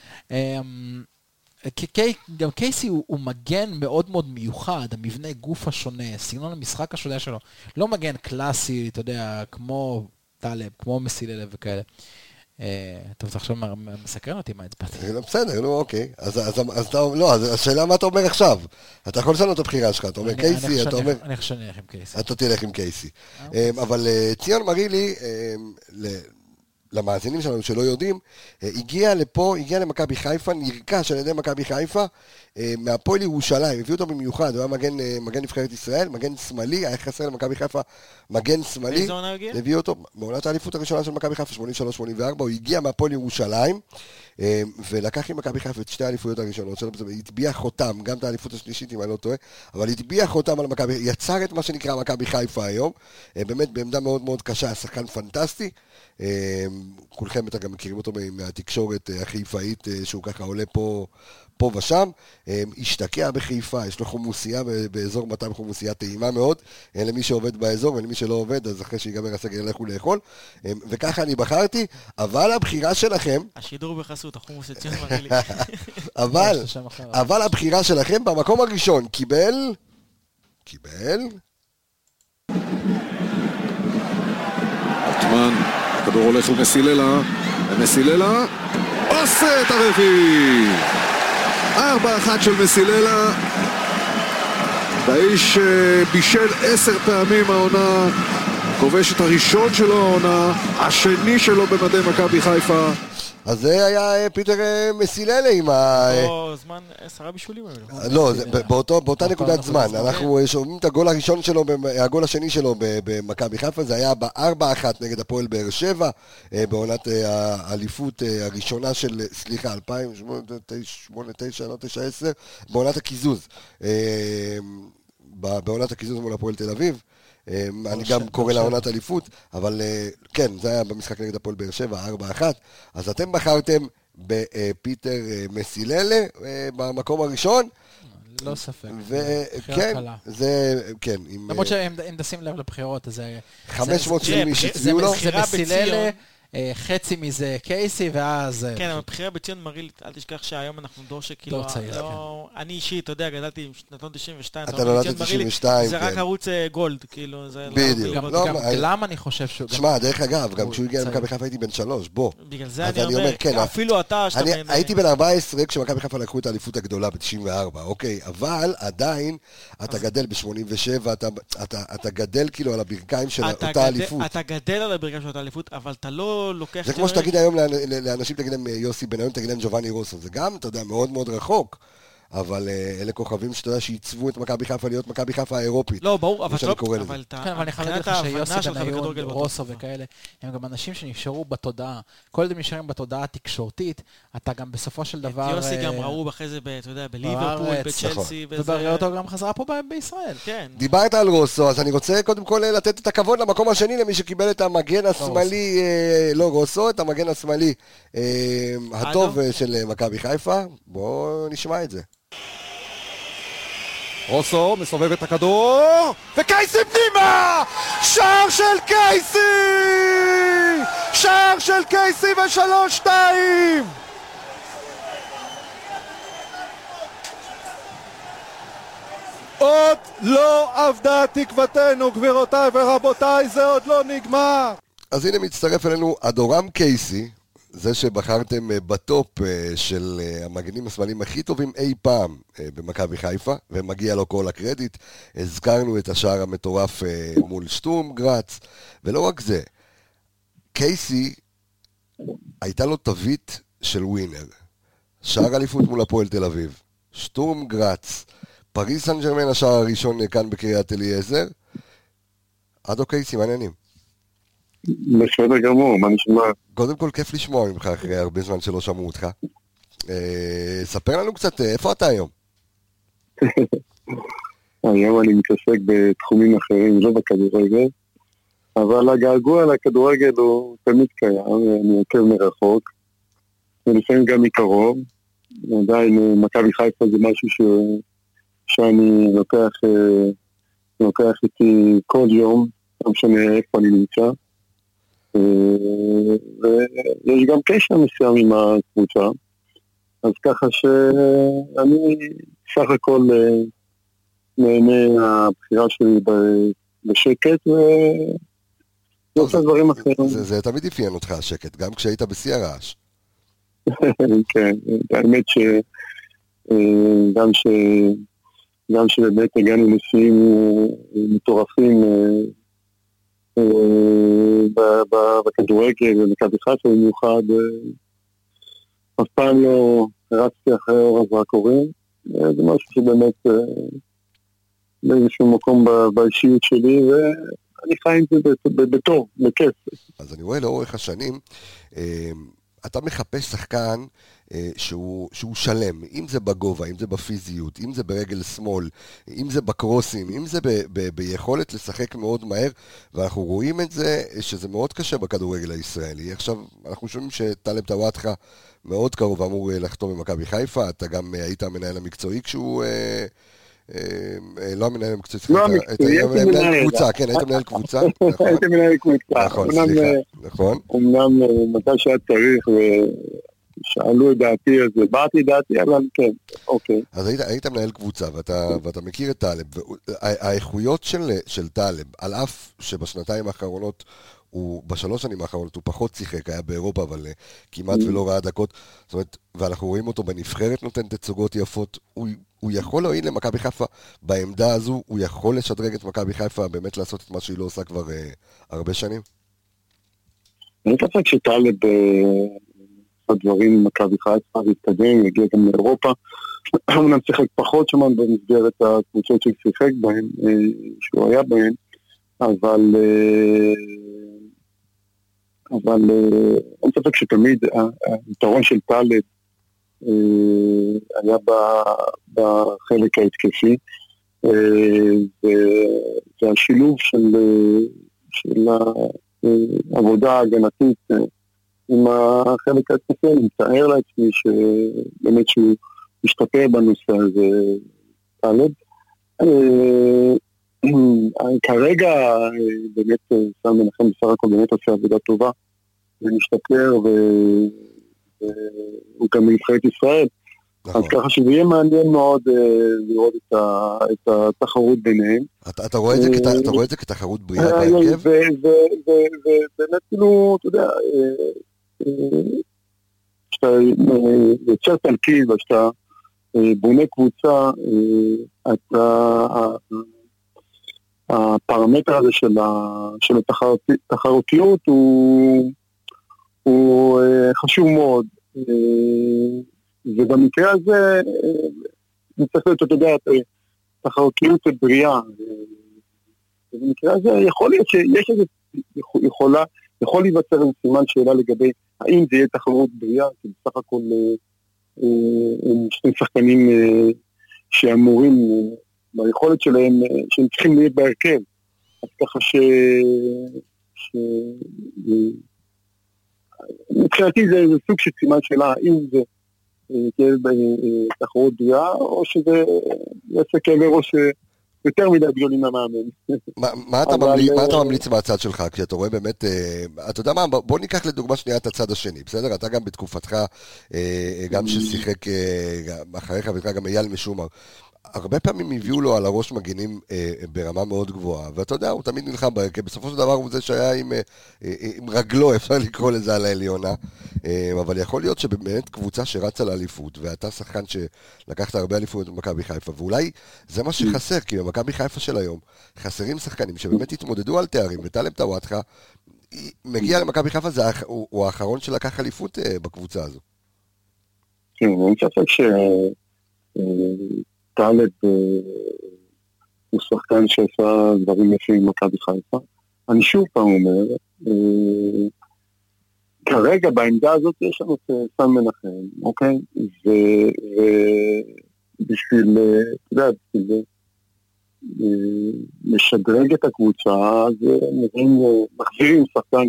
גם קייסי הוא מגן מאוד מאוד מיוחד, המבנה גוף השונה, סגנון המשחק השונה שלו, לא מגן קלאסי, אתה יודע, כמו טלב, כמו מסיללה וכאלה. טוב, זה עכשיו מסקרן אותי מה הצבעתי. בסדר, נו, אוקיי. אז לא, השאלה מה אתה אומר עכשיו. אתה יכול לשנות את הבחירה שלך, אתה אומר קייסי, אתה אומר... אני חושב שאני אלך עם קייסי. אתה תלך עם קייסי. אבל ציון מרילי, למאזינים שלנו שלא יודעים, הגיע לפה, הגיע למכבי חיפה, נרכש על ידי מכבי חיפה, מהפועל ירושלים, הביאו אותו במיוחד, הוא היה מגן, מגן נבחרת ישראל, מגן שמאלי, היה חסר למכבי חיפה, מגן שמאלי. איזה עונה הגיע? הביאו אותו, מעונת האליפות הראשונה של מכבי חיפה, שמונים ושלוש שמונים וארבע, הוא הגיע מהפועל ירושלים, ולקח עם מכבי חיפה את שתי האליפויות הראשונות, התביע חותם, גם את האליפות השלישית אם אני לא טועה, אבל התביע חותם על מכבי, יצר את מה שנקרא מכבי חיפה היום, באמת בעמדה מאוד מאוד קשה, שחקן פנטסטי, כולכם בטח גם מכירים אותו מהתקשורת החיפאית שהוא ככה עולה פה, פה ושם, השתקע בחיפה, יש לו חומוסייה באזור מתן חומוסייה טעימה מאוד, למי שעובד באזור ולמי שלא עובד, אז אחרי שיגמר הסגר ילכו לאכול, וככה אני בחרתי, אבל הבחירה שלכם... השידור בחסות, החומוס ציון מרילי. אבל, אבל הבחירה שלכם במקום הראשון קיבל... קיבל... אלטמן, הכדור הולך למסיללה, ומסיללה... או! עושה את הרביעי. ארבע אחת של מסיללה. האיש בישל עשר פעמים העונה, כובש את הראשון שלו העונה, השני שלו במדי מכבי חיפה. אז זה היה פיטר מסיללה עם ה... או זמן עשרה בישולים. לא, באותה נקודת זמן. אנחנו שומעים את הגול הראשון שלו, הגול השני שלו במכבי חיפה, זה היה ב-ארבע אחת נגד הפועל באר שבע, בעונת האליפות הראשונה של, סליחה, אלפיים שמונה תשע, לא תשע עשר, בעונת הקיזוז. בעונת הקיזוז מול הפועל תל אביב. אני גם קורא לעונת אליפות, אבל כן, זה היה במשחק נגד הפועל באר שבע, ארבע אחת. אז אתם בחרתם בפיטר מסיללה במקום הראשון. לא ספק. וכן, זה, כן. למרות שהם תשים לב לבחירות, אז זה... חמש מאות של מי שהצביעו לו. זה מסיללה. חצי מזה קייסי, ואז... כן, אבל בחירה בציון מריל, אל תשכח שהיום אנחנו דור שכאילו... אני אישית, אתה יודע, גדלתי עם שנתון תשעים ושתיים. אתה נולדת תשעים ושתיים, זה רק ערוץ גולד, כאילו, זה... בדיוק. למה אני חושב שהוא... שמע, דרך אגב, גם כשהוא הגיע למכבי חיפה הייתי בן שלוש, בוא. בגלל זה אני אומר, אפילו אתה... הייתי בן ארבע עשרה כשמכבי חיפה לקחו את האליפות הגדולה ב-תשעים וארבע, אוקיי, אבל עדיין אתה גדל ב-שמונים ושבע, אתה גדל כאילו על הברכיים של אותה אליפות. אתה גדל על הברכיים של אותה אליפות, אבל אתה לא לוקח... זה כמו שתגיד היום לאנשים, תגיד להם יוסי בניון, תגיד להם ג'ובאני רוסו, זה גם, אתה יודע, מאוד מאוד רחוק, אבל אלה כוכבים שאתה יודע שעיצבו את מכבי חיפה להיות מכבי חיפה האירופית. לא, ברור, אבל לא, אבל אני חייב להגיד לך שיוסי בניון, רוסו וכאלה, הם גם אנשים שנשארו בתודעה, כל אדם נשארים בתודעה התקשורתית, אתה גם בסופו של דבר... את יוסי גם ראו אחרי זה, אתה יודע, בליברפול, בצ'לסי, ובראו אותו גם חזרה פה בישראל. דיברת על רוסו, אז אני רוצה קודם כל לתת את הכבוד למקום השני, למי שקיבל את המגן השמאלי, לא רוסו, את המגן השמאלי הטוב של מכבי חיפה. בואו נשמע את זה. רוסו מסובב את הכדור, וקייסי פנימה! שער של קייסי! שער של קייסי ושלוש שתיים! עוד לא עבדה תקוותנו, גבירותיי ורבותיי, זה עוד לא נגמר! אז הנה מצטרף אלינו אדורם קייסי, זה שבחרתם בטופ של המגנים השמאליים הכי טובים אי פעם במכבי חיפה, ומגיע לו כל הקרדיט. הזכרנו את השער המטורף מול שטורם גראץ, ולא רק זה, קייסי הייתה לו תווית של ווינר. שער אליפות מול הפועל תל אביב, שטורם גראץ, פריס סן ז'רמן השער הראשון כאן בקריית אליעזר. אדו קייסי, מעניינים. בסדר גמור, מה נשמע? קודם כל כיף לשמוע ממך אחרי הרבה זמן שלא שמעו אותך. ספר לנו קצת, איפה אתה היום? היום אני מתעסק בתחומים אחרים, לא בכדורגל, אבל הגעגוע לכדורגל הוא תמיד קיים, אני עוקב מרחוק, ולפעמים גם מקרוב. עדיין מכבי חיפה זה משהו ש... שאני לוקח, לוקח איתי כל יום, לא משנה איפה אני נמצא. ויש גם קשר מסוים עם הקבוצה, אז ככה שאני סך הכל נהנה הבחירה שלי בשקט ועושה דברים אחרים. זה תמיד אפיין אותך השקט, גם כשהיית בשיא הרעש. כן, האמת שגם ש... גם שבאמת הגענו לשיאים מטורפים בכדורגל ומכבי חיפה במיוחד, אף פעם לא רצתי אחרי אור הזרקורים. זה משהו שבאמת באיזשהו מקום באישיות שלי, ואני חי עם זה בטוב, בכיף. אז אני רואה לאורך השנים, אתה מחפש שחקן שהוא, שהוא שלם, אם זה בגובה, אם זה בפיזיות, אם זה ברגל שמאל, אם זה בקרוסים, אם זה ב, ב, ביכולת לשחק מאוד מהר, ואנחנו רואים את זה שזה מאוד קשה בכדורגל הישראלי. עכשיו, אנחנו שומעים שטלב טוואטחה מאוד קרוב אמור לחתום במכבי חיפה, אתה גם היית המנהל המקצועי כשהוא... לא המנהל המקצועי, היית מנהל קבוצה, כן, היית מנהל קבוצה. היית מנהל קבוצה. נכון, סליחה, נכון. אמנם מתי שהיה צריך ושאלו את דעתי, אז באתי דעתי, אבל כן, אוקיי. אז היית מנהל קבוצה, ואתה מכיר את טלב, האיכויות של טלב, על אף שבשנתיים האחרונות הוא בשלוש שנים האחרונות, הוא פחות שיחק, היה באירופה, אבל uh, כמעט ולא ראה דקות, זאת אומרת, ואנחנו רואים אותו בנבחרת נותן תצוגות יפות, הוא, הוא יכול להועיל למכבי חיפה בעמדה הזו, הוא יכול לשדרג את מכבי חיפה, באמת לעשות את מה שהיא לא עושה כבר uh, הרבה שנים? אני חושב שטלב הדברים עם מכבי חיפה, והתקדם, הגיע גם לאירופה, הוא נמשיך פחות שמן במסגרת הקבוצות שהוא שיחק בהן, שהוא היה בהן, אבל אבל אין ספק שתמיד היתרון של טלב היה בחלק ההתקפי, והשילוב של של העבודה ההגנתית עם החלק ההתקפי, אני מתאר לעצמי שבאמת שהוא משתפר בנושא הזה טלב. כרגע באמת סן מנחם בסך הכל באמת עושה עבודה טובה ומשתפר, והוא גם מנבחרת ישראל, אז ככה שזה יהיה מעניין מאוד לראות את התחרות ביניהם. אתה רואה את זה כתחרות בריאה בהרכב? ובאמת כאילו, אתה יודע, כשאתה יוצר תלכיד וכשאתה בונה קבוצה, אתה הפרמטר הזה של התחרותיות הוא חשוב מאוד, ובמקרה הזה צריך להיות, אתה יודע, תחרותיות בריאה, ובמקרה הזה יכול להיות שיש איזה, יכולה, יכול להיווצר עם סימן שאלה לגבי האם זה יהיה תחרות בריאה, כי בסך הכל הם שני שחקנים שאמורים ביכולת שלהם, שהם צריכים להיות בהרכב, אז ככה ש... ש... מבחינתי זה, זה סוג של סימן שאלה, האם זה תהיה בתחרות בריאה, או שזה יעשה כאבי ראש יותר מדי גדולים מהמאמן. מה אתה ממליץ מהצד שלך, כי אתה רואה באמת, אתה יודע מה, בוא ניקח לדוגמה שנייה את הצד השני, בסדר? אתה גם בתקופתך, גם ששיחק אחריך ואיתך גם אייל משומר, הרבה פעמים הביאו לו על הראש מגינים אה, ברמה מאוד גבוהה, ואתה יודע, הוא תמיד נלחם בהרכב, בסופו של דבר הוא זה שהיה עם, אה, עם רגלו, אפשר לקרוא לזה על העליונה, אה, אבל יכול להיות שבאמת קבוצה שרצה לאליפות, ואתה שחקן שלקחת הרבה אליפות במכבי חיפה, ואולי זה מה שחסר, כי במכבי חיפה של היום חסרים שחקנים שבאמת התמודדו על תארים, וטלב טוואטחה מגיע למכבי חיפה, זה, הוא, הוא האחרון שלקח אליפות אה, בקבוצה הזו. כן, אני חושב ש... טלב הוא שחקן שעשה דברים יפים במכבי חיפה. אני שוב פעם אומר, כרגע בעמדה הזאת יש לנו את סן מנחם, אוקיי? ובשביל, אתה יודע, בשביל לשדרג את הקבוצה, אז נראים, מחזירים שחקן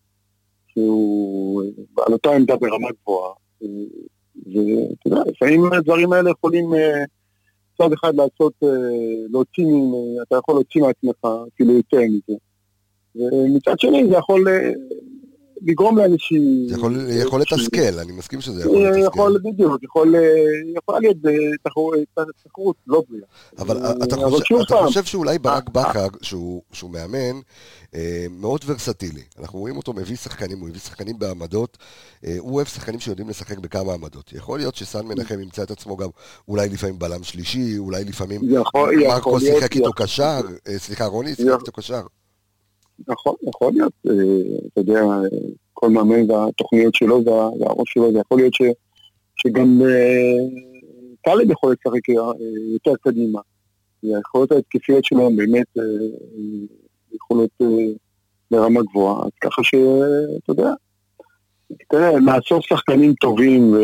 שהוא על אותה עמדה ברמה גבוהה. ואתה יודע, לפעמים הדברים האלה יכולים... צד אחד לעשות, להוציא, אתה יכול להוציא מעצמך, כאילו יותר מזה. ומצד שני זה יכול לגרום לאנשים... זה יכול, יכול לתסכל, אני מסכים שזה יכול לתסכל. יכול, בדיוק, יכול, יכול להיות תחרות לא בריאה. אבל אתה חושב, אתה חושב שאולי ברק בכר, שהוא, שהוא מאמן, מאוד ורסטילי. אנחנו רואים אותו מביא שחקנים, הוא מביא שחקנים בעמדות, הוא אוהב שחקנים שיודעים לשחק בכמה עמדות. יכול להיות שסן מנחם ימצא את עצמו גם אולי לפעמים בלם שלישי, אולי לפעמים מרקו שיחק איתו קשר, סליחה, רוני שיחק איתו קשר. נכון, יכול להיות, אתה יודע, כל מאמן והתוכניות שלו והראש שלו, זה יכול להיות שגם טלב יכול לשחק יותר קדימה. היכולות ההתקפיות שלו באמת יכולות לרמה גבוהה, אז ככה שאתה יודע, תראה, לעשות שחקנים טובים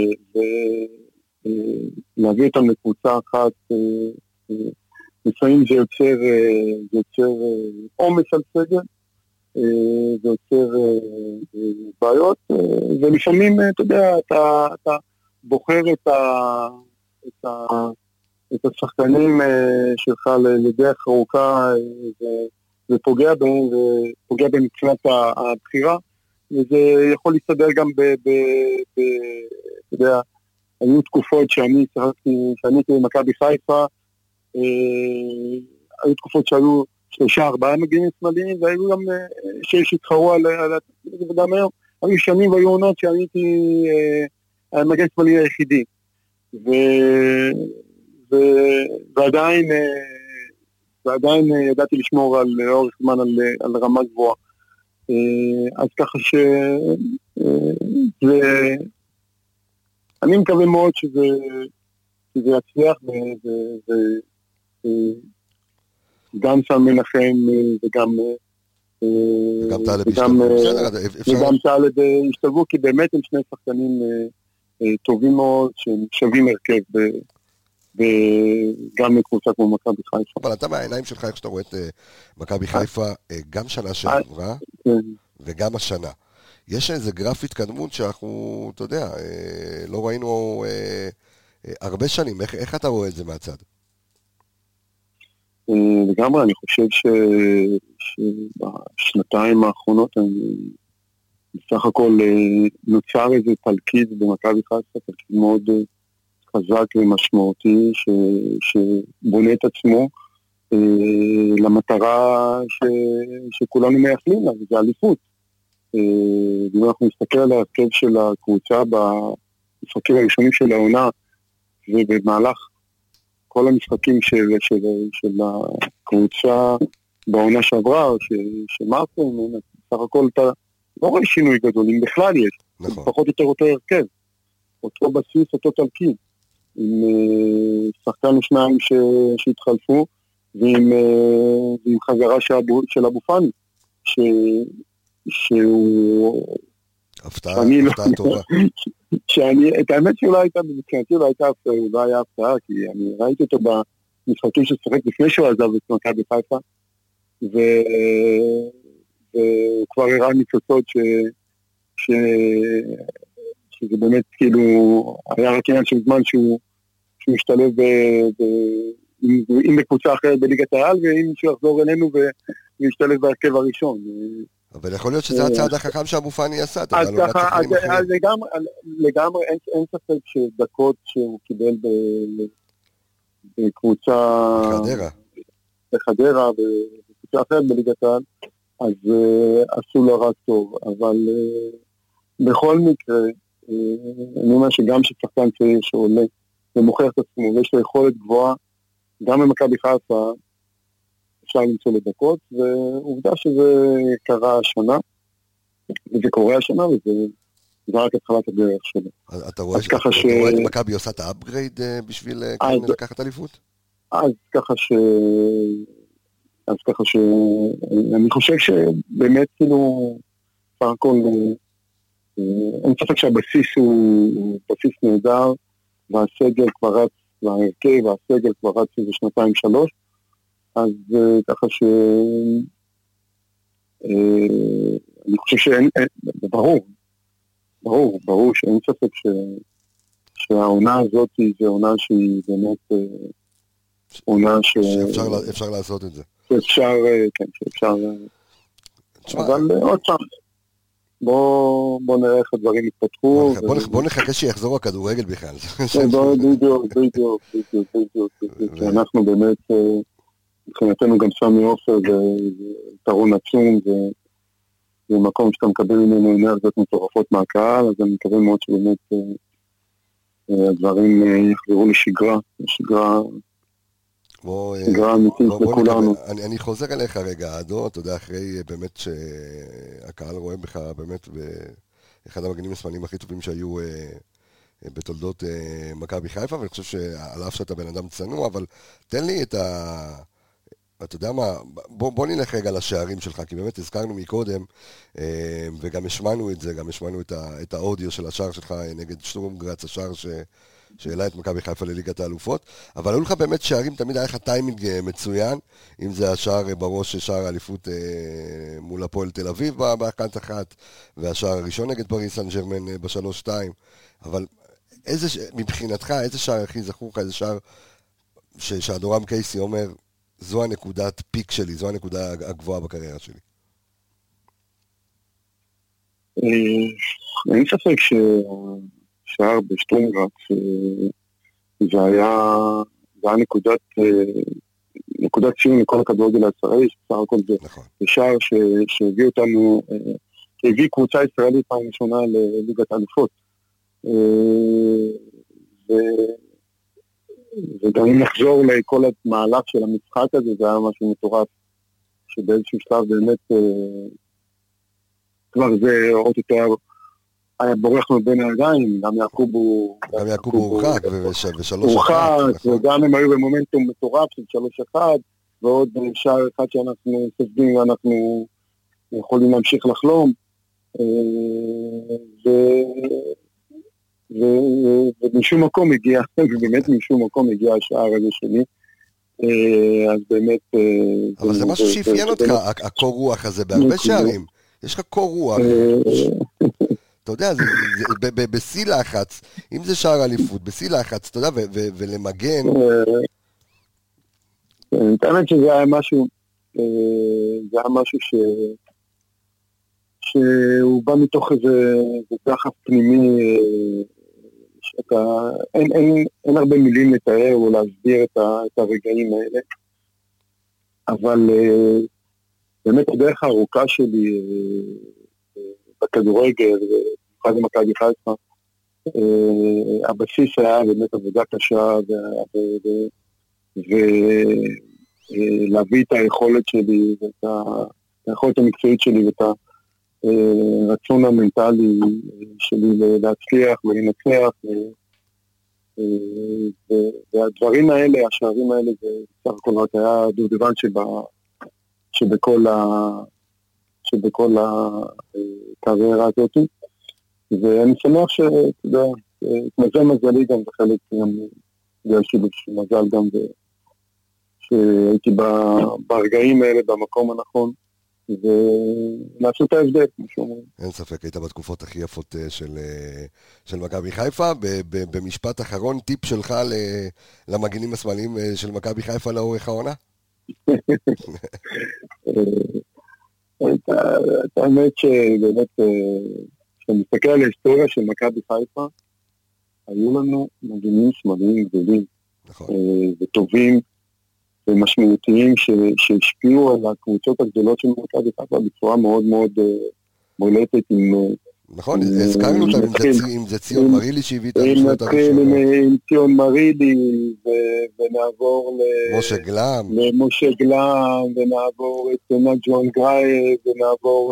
ולהביא אותם לקבוצה אחת, לפעמים זה יוצר, זה יוצר עומס על סגל, זה יוצר בעיות, ולפעמים, אתה יודע, אתה, אתה בוחר את, ה, את, ה, את השחקנים שלך לדרך ארוכה, ופוגע בהם, ופוגע בהם מבחינת הבחירה, וזה יכול להסתדר גם ב... ב, ב אתה יודע, היו תקופות שאני שחקתי, שאני הייתי במכבי חיפה, היו תקופות שהיו שלושה, ארבעה מגנים שמאליים, והיו גם שהתחרו על, וגם היום, היו שנים והיו עונות שהייתי המגן שמאלי היחידי. ו... ו... ועדיין, ועדיין ידעתי לשמור על אורך זמן על, על רמה גבוהה. אז ככה ש... ו... אני מקווה מאוד שזה, שזה יצליח, ו... ו... ו... גם שם מנחם וגם וגם טלב וגם ישתלבו, טלב ישתלבו, כי באמת הם שני שחקנים טובים מאוד, שהם שווים הרכב וגם מקבוצה כמו מכבי חיפה. אבל אתה מהעיניים שלך, איך שאתה רואה את מכבי חיפה, גם שנה שעברה וגם השנה. יש איזה גרף התקדמות שאנחנו, אתה יודע, לא ראינו הרבה שנים. איך אתה רואה את זה מהצד? לגמרי, אני חושב שבשנתיים האחרונות בסך הכל נוצר איזה תלכיד במכבי חיפה, תלכיד מאוד חזק ומשמעותי שבונה את עצמו למטרה שכולנו מייחלים לה, וזה אליפות. אם אנחנו נסתכל על ההרכב של הקבוצה במשחקים הראשונים של העונה ובמהלך כל המשחקים של, של, של הקבוצה בעונה שעברה, שמעתם, בסך הכל אתה לא רואה שינוי גדול, אם בכלל יש, נכון. פחות יותר אותו הרכב, אותו בסיס, אותו תלכיד, עם שחקן ושניים ש, שהתחלפו, ועם, ועם חזרה של אבו, של אבו פאני, ש, שהוא... הפתעה, הפתעה טובה. שאני, את האמת שאולי הייתה, מבחינתי אולי הייתה, אולי היה הפתעה, כי אני ראיתי אותו במשחקים ששחק לפני שהוא עזב את מכבי חיפה, והוא כבר הראה ניצוצות ש... ש... שזה באמת כאילו, היה רק עניין של זמן שהוא, שהוא משתלב ב... ב... עם, עם בקבוצה אחרת בליגת העל, ואם שהוא יחזור אלינו וישתלב בהרכב הראשון. אבל יכול להיות שזה הצעד החכם שאבו פאני עשה. אז ככה, אז לגמרי, אין ספק שדקות שהוא קיבל בקבוצה... בחדרה. בחדרה, בקבוצה אחרת בליגת העל, אז עשו לו רק טוב. אבל בכל מקרה, אני אומר שגם ששחקן צעיר שעולה ומוכר את עצמו, ויש לו יכולת גבוהה, גם במכבי חיפה, אפשר למצוא לדקות, ועובדה שזה קרה השנה, וזה קורה השנה, וזה רק התחלת הדרך שלו. אתה רואה את מכבי עושה את האפגרייד בשביל לקחת אליפות? אז ככה ש... אז ככה ש... אני חושב שבאמת, כאילו, סך הכל, אין ספק שהבסיס הוא בסיס נהדר, והסגל כבר רץ, וההרכב, והסגל כבר רץ איזה שנתיים שלוש, אז ככה ש... אני חושב שאין, ברור, ברור, ברור שאין ספק ש... שהעונה הזאת היא עונה שהיא באמת עונה ש... שאפשר לעשות את זה. שאפשר, כן, שאפשר... אבל עוד פעם, בוא, בוא נראה איך הדברים יתפתחו. בוא, ו... בוא נחכה שיחזור הכדורגל בכלל. בדיוק, בדיוק, בדיוק, בדיוק. אנחנו באמת, מבחינתנו גם סמי עופר ויתרון עצום, זה מקום שאתה מקבל ממנו אנרגיות מטורפות מהקהל, אז אני מקווה מאוד שבאמת הדברים יחזרו לשגרה, לשגרה... אני חוזר אליך רגע, עדו, אתה יודע, אחרי באמת שהקהל רואה בך באמת באחד המגנים השמאליים הכי טובים שהיו בתולדות מכבי חיפה, ואני חושב שעל אף שאתה בן אדם צנוע, אבל תן לי את ה... אתה יודע מה, בוא נלך רגע לשערים שלך, כי באמת הזכרנו מקודם, וגם השמענו את זה, גם השמענו את האודיו של השער שלך נגד שטרום גרץ, השער ש... שאלה את מכבי חיפה לליגת האלופות, אבל היו לך באמת שערים, תמיד היה לך טיימינג מצוין, אם זה השער בראש, שער האליפות מול הפועל תל אביב באחת אחת, והשער הראשון נגד פריס סן ז'רמן בשלוש שתיים, אבל איזה, מבחינתך, איזה שער הכי זכור לך, איזה שער שהדורם קייסי אומר, זו הנקודת פיק שלי, זו הנקודה הגבוהה בקריירה שלי? אין ספק ש... שער בשטרום גרץ, זה היה, זה היה נקודת נקודת ציון לכל הכדורגל הישראלי, בסך הכל זה שער שהביא אותנו, שהביא קבוצה ישראלית פעם ראשונה לליגת האלופות. וגם אם נחזור לכל המהלך של המשחק הזה, זה היה משהו מטורף, שבאיזשהו שלב באמת כבר זה עוד יותר היה בורח מבין הידיים, גם יעקוב הוא... גם יעקוב הוא הורחק, ושלוש אחת. הורחק, וגם הם היו במומנטום מטורף של שלוש אחת, ועוד שער אחד שאנחנו סופגים ואנחנו יכולים להמשיך לחלום. ומשום מקום הגיע, ובאמת משום מקום הגיע השער הזה שלי. אז באמת... אבל זה משהו שאפיין אותך, הקור רוח הזה, בהרבה שערים. יש לך קור רוח. אתה יודע, בשיא לחץ, אם זה שער אליפות, בשיא לחץ, אתה יודע, ולמגן. האמת שזה היה משהו, זה היה משהו ש... שהוא בא מתוך איזה דחף פנימי, שאתה, אין, אין, אין הרבה מילים לתאר או להסביר את, ה, את הרגעים האלה, אבל באמת הדרך הארוכה שלי בכדורגל, במיוחד במכבי חיפה, הבסיס היה באמת עבודה קשה, ולהביא את היכולת שלי, ואת היכולת המקצועית שלי, ואת הרצון המנטלי שלי להצליח ולנצח, והדברים האלה, השערים האלה, זה סך הכל רק היה דובדבן שבכל ה... שבכל הקריירה הזאת, ואני שמח שאתה יודע, התמזל מזלי גם בחלק, גם בגלל שילוב של מזל גם, שהייתי ברגעים האלה במקום הנכון, ולעשות את ההבדל, כמו שאומרים. אין ספק, היית בתקופות הכי יפות של, של מכבי חיפה. במשפט אחרון, טיפ שלך למגנים השמאליים של מכבי חיפה לאורך העונה? את האמת שבאמת, כשאני מסתכל על ההיסטוריה של מכבי חיפה, היו לנו מגנים שמאליים גדולים, וטובים ומשמעותיים שהשפיעו על הקבוצות הגדולות של מכבי חיפה בצורה מאוד מאוד בולטת. נכון, הזכרנו אותם, אם זה ציון מרילי שהביא את המשמעות הראשונה. נתחיל עם ציון מרילי, ונעבור למשה גלם, למשה גלם, ונעבור את נג'ואן גרייב, ונעבור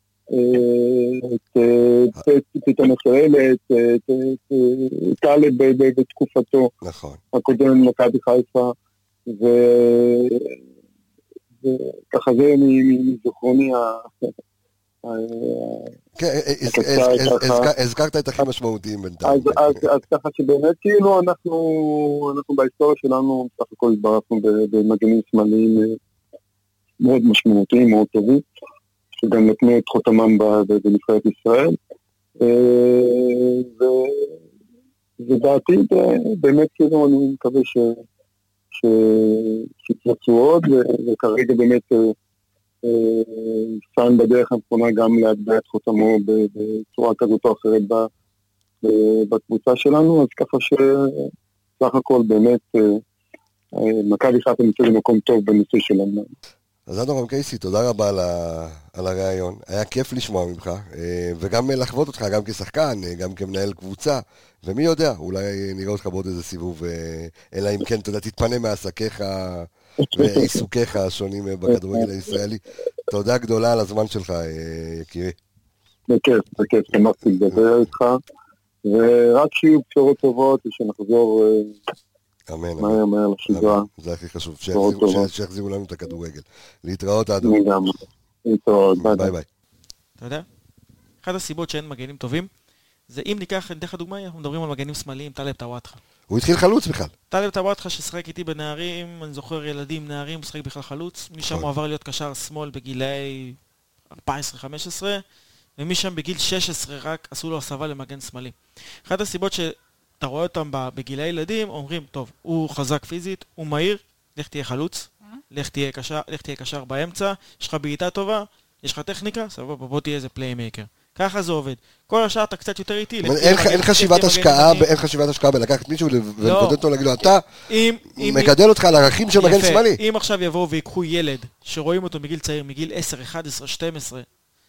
את פתאום ישראל, את טלב בתקופתו הקודם מכבי חיפה, וככה זה מזוכרוני הזכרת את הכי משמעותיים בינתיים. אז ככה שבאמת כאילו אנחנו בהיסטוריה שלנו בסך הכל התברכנו במגנים שמאליים מאוד משמעותיים, מאוד טובים, שגם נתנו את חותמם בנבחרת ישראל, ובעתיד באמת כאילו אני מקווה שיתמצאו עוד, וכרגע באמת סן בדרך הנכונה גם להטביע את חותמו בצורה כזאת או אחרת בקבוצה שלנו, אז ככה שסך הכל באמת מכבי חיפה נמצא במקום טוב בנושא שלנו. אז אדורם קייסי, תודה רבה על הרעיון, היה כיף לשמוע ממך, וגם לחוות אותך גם כשחקן, גם כמנהל קבוצה, ומי יודע, אולי נראה אותך בעוד איזה סיבוב, אלא אם כן, אתה יודע, תתפנה מעסקיך ועיסוקיך השונים בכדורגל הישראלי. תודה גדולה על הזמן שלך, יקירי. בכיף, בכיף, שמחתי לדבר איתך, ורק שיהיו בשורות טובות, ושנחזור אמן, מהר מהר לשגרה. זה הכי חשוב, שיחזירו לנו את הכדורגל. להתראות עד. אני גם. להתראות, ביי ביי. אתה יודע? אחת הסיבות שאין מגנים טובים, זה אם ניקח, נתן לך דוגמה, אנחנו מדברים על מגנים שמאליים, טלב טוואטחה. הוא התחיל חלוץ בכלל. טלב טוואטחה ששחק איתי בנערים, אני זוכר ילדים נערים, הוא שחק בכלל חלוץ, משם הוא עבר להיות קשר שמאל בגילאי ארבע עשרה חמש עשרה, ומשם בגיל שש עשרה רק עשו לו הסבה למגן שמאלי. אחת הסיבות שאתה רואה אותם בגילאי ילדים, אומרים, טוב, הוא חזק פיזית, הוא מהיר, לך תהיה חלוץ, לך תהיה קשר, לך תהיה קשר באמצע, יש לך בעיטה טובה, יש לך טכניקה, סבבה, בוא תהיה איזה פליימייקר. ככה זה עובד. כל השאר אתה קצת יותר איטי. אין חשיבת השקעה, אין חשיבת השקעה בלקחת מישהו ולקודד אותו להגיד לו, אתה מגדל אותך על ערכים של מגן שמאלי. אם עכשיו יבואו ויקחו ילד שרואים אותו מגיל צעיר, מגיל עשר, אחת עשרה, שתים עשרה,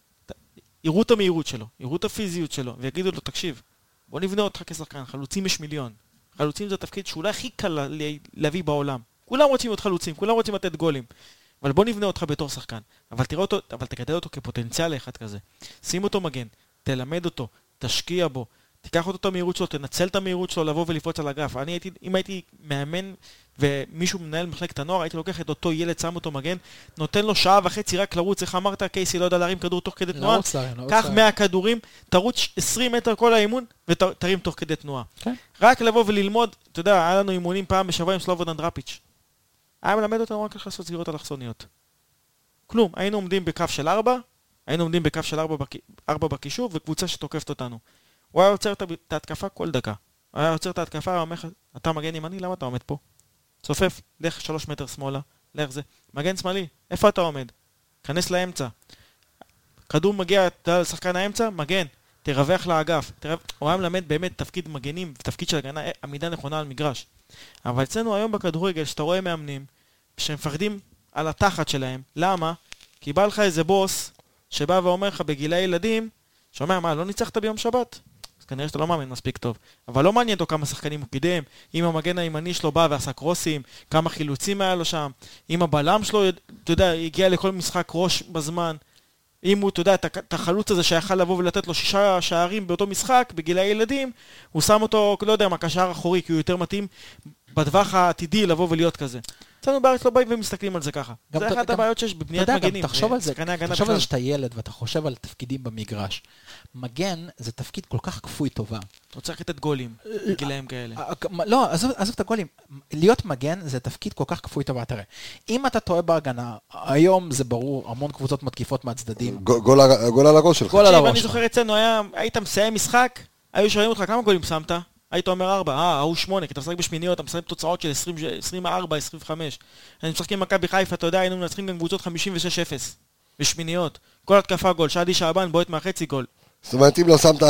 יראו את המהירות שלו, יראו את הפיזיות שלו, ויגידו לו, תקשיב, בוא נבנה אותך כשחקן, חלוצים יש מיליון. חלוצים זה תפקיד שאולי הכי קל להביא בעולם. כולם רוצים להיות חלוצים, כולם רוצים לתת גולים. אבל בוא נבנה אותך בתור שחקן. אבל תראה אותו, אבל תגדל אותו כפוטנציאל אחד כזה. שים אותו מגן, תלמד אותו, תשקיע בו, תיקח אותו את המהירות שלו, תנצל את המהירות שלו לבוא ולפרוץ על הגרף. אני הייתי, אם הייתי מאמן ומישהו מנהל מחלקת הנוער, הייתי לוקח את אותו ילד, שם אותו מגן, נותן לו שעה וחצי רק לרוץ, איך אמרת, קייסי לא יודע להרים כדור תוך כדי תנועה, קח מאה כדורים, תרוץ עשרים מטר כל האימון, ותרים תוך כדי תנועה. רק לבוא וללמוד, אתה יודע, היה לנו אימונים פעם בשבוע עם סלובודן דראפיץ'. היה מלמד אותנו רק איך לעשות סגירות אלכסוניות. כלום, היינו עומדים בקו של ארבע, היינו עומדים בקו של ארבע, בק... ארבע בקישור, וקבוצה שתוקפת אותנו. הוא היה יוצר את ההתקפה כל דקה. הוא היה יוצר את ההתקפה, הוא אומר, אתה מגן ימני, למה אתה עומד פה? צופף, לך שלוש מטר שמאלה, לך זה. מגן שמאלי, איפה אתה עומד? כנס לאמצע. כדור מגיע לשחקן האמצע, מגן. תרווח לאגף. תרו... הוא היה מלמד באמת תפקיד מגנים, תפקיד של הגנה, עמידה נכונה על מגרש. אבל אצלנו היום בכדורגל, שאתה רואה מאמנים, שמפחדים על התחת שלהם. למה? כי בא לך איזה בוס, שבא ואומר לך בגילי ילדים, שאומר, מה, לא ניצחת ביום שבת? אז כנראה שאתה לא מאמין מספיק טוב. אבל לא מעניין אותו כמה שחקנים הוא קידם, אם המגן הימני שלו בא ועשה קרוסים, כמה חילוצים היה לו שם, אם הבלם שלו, אתה יודע, הגיע לכל משחק ראש בזמן, אם הוא, אתה יודע, את החלוץ הזה שיכל לבוא ולתת לו שישה שערים באותו משחק, בגילי ילדים, הוא שם אותו, לא יודע, מהקשר אחורי, כי הוא יותר מתאים בטווח העתידי לבוא ולהיות כזה. אצלנו בארץ לא באים ומסתכלים על זה ככה. זה אחת הבעיות שיש בבניית מגנים. תחשוב על זה, תחשוב על זה שאתה ילד ואתה חושב על תפקידים במגרש. מגן זה תפקיד כל כך כפוי טובה. אתה צריך לתת גולים, בגילאים כאלה. לא, עזוב את הגולים. להיות מגן זה תפקיד כל כך כפוי טובה. תראה, אם אתה טועה בהגנה, היום זה ברור, המון קבוצות מתקיפות מהצדדים. גול על הראש שלך. אני זוכר אצלנו, היית מסיים משחק, היו שואלים אותך כמה גולים שמת? היית אומר ארבע, אה, הוא שמונה, כי אתה משחק בשמיניות, אתה משחק תוצאות של עשרים וארבע, עשרים וחמש. אני משחק עם מכבי חיפה, אתה יודע, היינו מנצחים גם קבוצות חמישים ושש אפס בשמיניות. כל התקפה גול, שעדי שעבן בועט מהחצי גול. זאת אומרת, אם לא שמת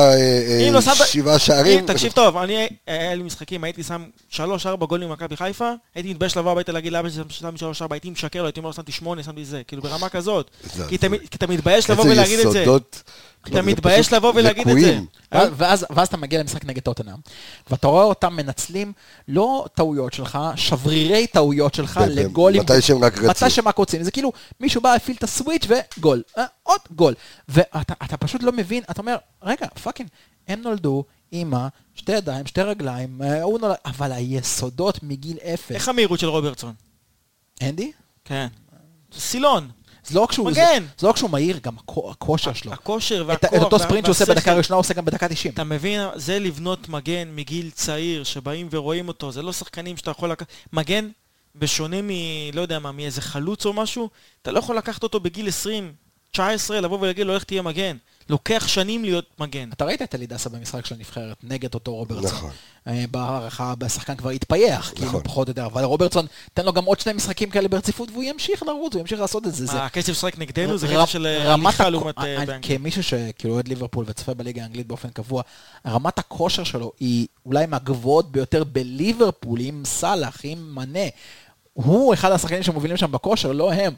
שבעה שערים... תקשיב טוב, אני, היה לי משחקים, הייתי שם שלוש ארבע גולים במכבי חיפה, הייתי מתבייש לבוא הביתה להגיד לאבא ששמתי שלוש ארבע, הייתי משקר לו, הייתי אומר, שמתי שמונה, שמתי זה, כאילו ברמה כזאת. כי אתה מתבייש לבוא ולהגיד את זה. אתה מתבייש לבוא ולהגיד את זה. ואז אתה מגיע למשחק נגד טוטנהאם, ואתה רואה אותם מנצלים לא טעויות שלך, שברירי טעויות שלך לגולים. מתי שהם רק רצים. מתי שהם רק רוצים. זה כאילו, מישהו בא, הפעיל את הסוויץ' וגול. עוד גול. ואתה פשוט לא מבין, אתה אומר, רגע, פאקינג, הם נולדו, אמא, שתי ידיים, שתי רגליים, אבל היסודות מגיל אפס. איך המהירות של רוברטסון? אנדי? כן. סילון. זה לא רק שהוא, זה, זה לא רק שהוא מהיר, גם הכושר שלו. הכושר והכוח. את אותו ספרינט שהוא עושה בדקה הראשונה, הוא עושה גם בדקה תשעים. אתה מבין, זה לבנות מגן מגיל צעיר, שבאים ורואים אותו, זה לא שחקנים שאתה יכול לקחת. מגן, בשונה מ... לא יודע מה, מאיזה חלוץ או משהו, אתה לא יכול לקחת אותו בגיל עשרים, תשע עשרה, לבוא ולהגיד לו איך תהיה מגן. לוקח שנים להיות מגן. אתה ראית את אלידסה במשחק של הנבחרת, נגד אותו רוברטסון. נכון. בהערכה, בשחקן כבר התפייח, כאילו פחות או יותר, אבל רוברטסון, תן לו גם עוד שני משחקים כאלה ברציפות, והוא ימשיך לרוץ, הוא ימשיך לעשות את זה. מה, הקצב שחק נגדנו? זה קצב של הליכה לעומת באנגלית. כמישהו שכאילו אוהד ליברפול וצופה בליגה האנגלית באופן קבוע, רמת הכושר שלו היא אולי מהגבוהות ביותר בליברפול, עם סלאח, עם מנה. הוא אחד השחקנים שמובילים שם בכושר, לא הם.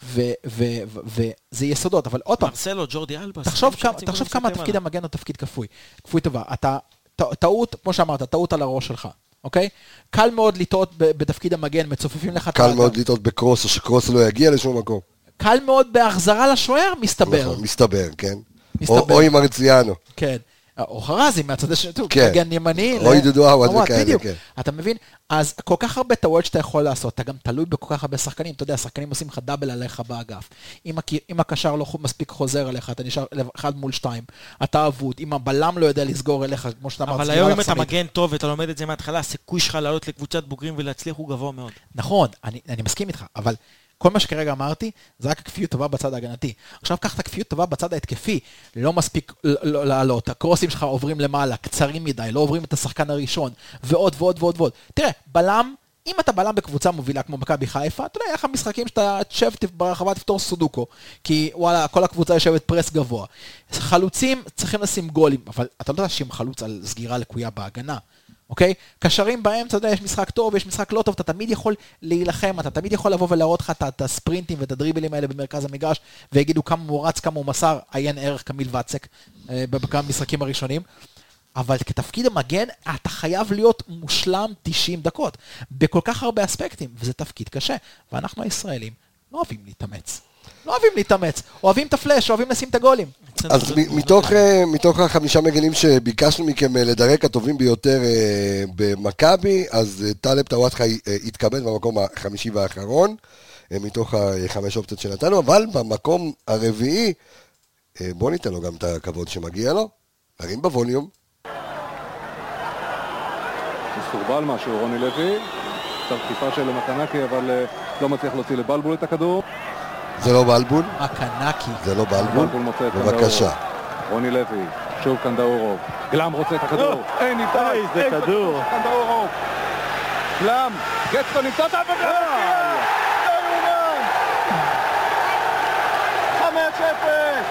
וזה יסודות, אבל עוד פעם. מרסלו, ג'ורדי אלבה. תחשוב כמה תפקיד המגן הוא תפקיד כפוי. כפוי טובה. אתה, טעות, כמו שאמרת, טעות על הראש שלך, אוקיי? קל מאוד לטעות בתפקיד המגן, מצופפים לך... קל מאוד לטעות בקרוס, או שקרוס לא יגיע לשום מקום. קל מאוד בהחזרה לשוער, מסתבר. נכון, מסתבר, כן. או עם ארציאנו. כן. או חרזי מהצד השני, מגן ימני. או ידודו אוהד וכאלה, כן. אתה מבין? אז כל כך הרבה טעויות שאתה יכול לעשות, אתה גם תלוי בכל כך הרבה שחקנים, אתה יודע, שחקנים עושים לך דאבל עליך באגף. אם הקשר לא מספיק חוזר עליך, אתה נשאר אחד מול שתיים, אתה אבוד, אם הבלם לא יודע לסגור אליך, כמו שאתה אמרת, אבל היום אם אתה מגן טוב ואתה לומד את זה מההתחלה, הסיכוי שלך לעלות לקבוצת בוגרים ולהצליח הוא גבוה מאוד. נכון, אני מסכים איתך, אבל כל מה שכרגע אמרתי, זה רק הכפיות טובה בצד ההגנתי. עכשיו קח את הכפיות טובה בצד ההתקפי, לא מספיק לעלות, הקרוסים שלך עוברים למעלה, קצרים מדי, לא עוברים את השחקן הראשון, ועוד ועוד ועוד ועוד. תראה, בלם אם אתה בלם בקבוצה מובילה כמו מכבי חיפה, אתה יודע, איך המשחקים שאתה תשב ברחבה תפתור סודוקו, כי וואלה, כל הקבוצה יושבת פרס גבוה. חלוצים צריכים לשים גולים, אבל אתה לא תשים חלוץ על סגירה לקויה בהגנה, אוקיי? קשרים בהם, אתה יודע, יש משחק טוב, יש משחק לא טוב, אתה תמיד יכול להילחם, אתה תמיד יכול לבוא ולהראות לך את הספרינטים ואת הדריבלים האלה במרכז המגרש, ויגידו כמה הוא רץ, כמה הוא מסר, עיין ערך קמיל וצק, בכמה משחקים הראשונים. אבל כתפקיד המגן, אתה חייב להיות מושלם תשעים דקות, בכל כך הרבה אספקטים, וזה תפקיד קשה. ואנחנו הישראלים לא אוהבים להתאמץ. לא אוהבים להתאמץ. אוהבים את הפלש, אוהבים לשים את הגולים. אז מתוך, מתוך החמישה מגנים שביקשנו מכם לדרק הטובים ביותר במכבי, אז טלב טוואטחה התקבל במקום החמישי והאחרון, מתוך החמש אופציות שנתנו, אבל במקום הרביעי, בוא ניתן לו גם את הכבוד שמגיע לו, נרים בווליום. מסורבל משהו, רוני לוי, קצת תקיפה של מקנקי, אבל לא מצליח להוציא לבלבול את הכדור. זה לא בלבול? מקנקי. זה לא בלבול? בבקשה. רוני לוי, שוב קנדאורוב. גלם רוצה את הכדור. אין נמצא, איזה כדור. קנדאורוב. גלם, גצקו נמצא את הפגלם. חמש אפס.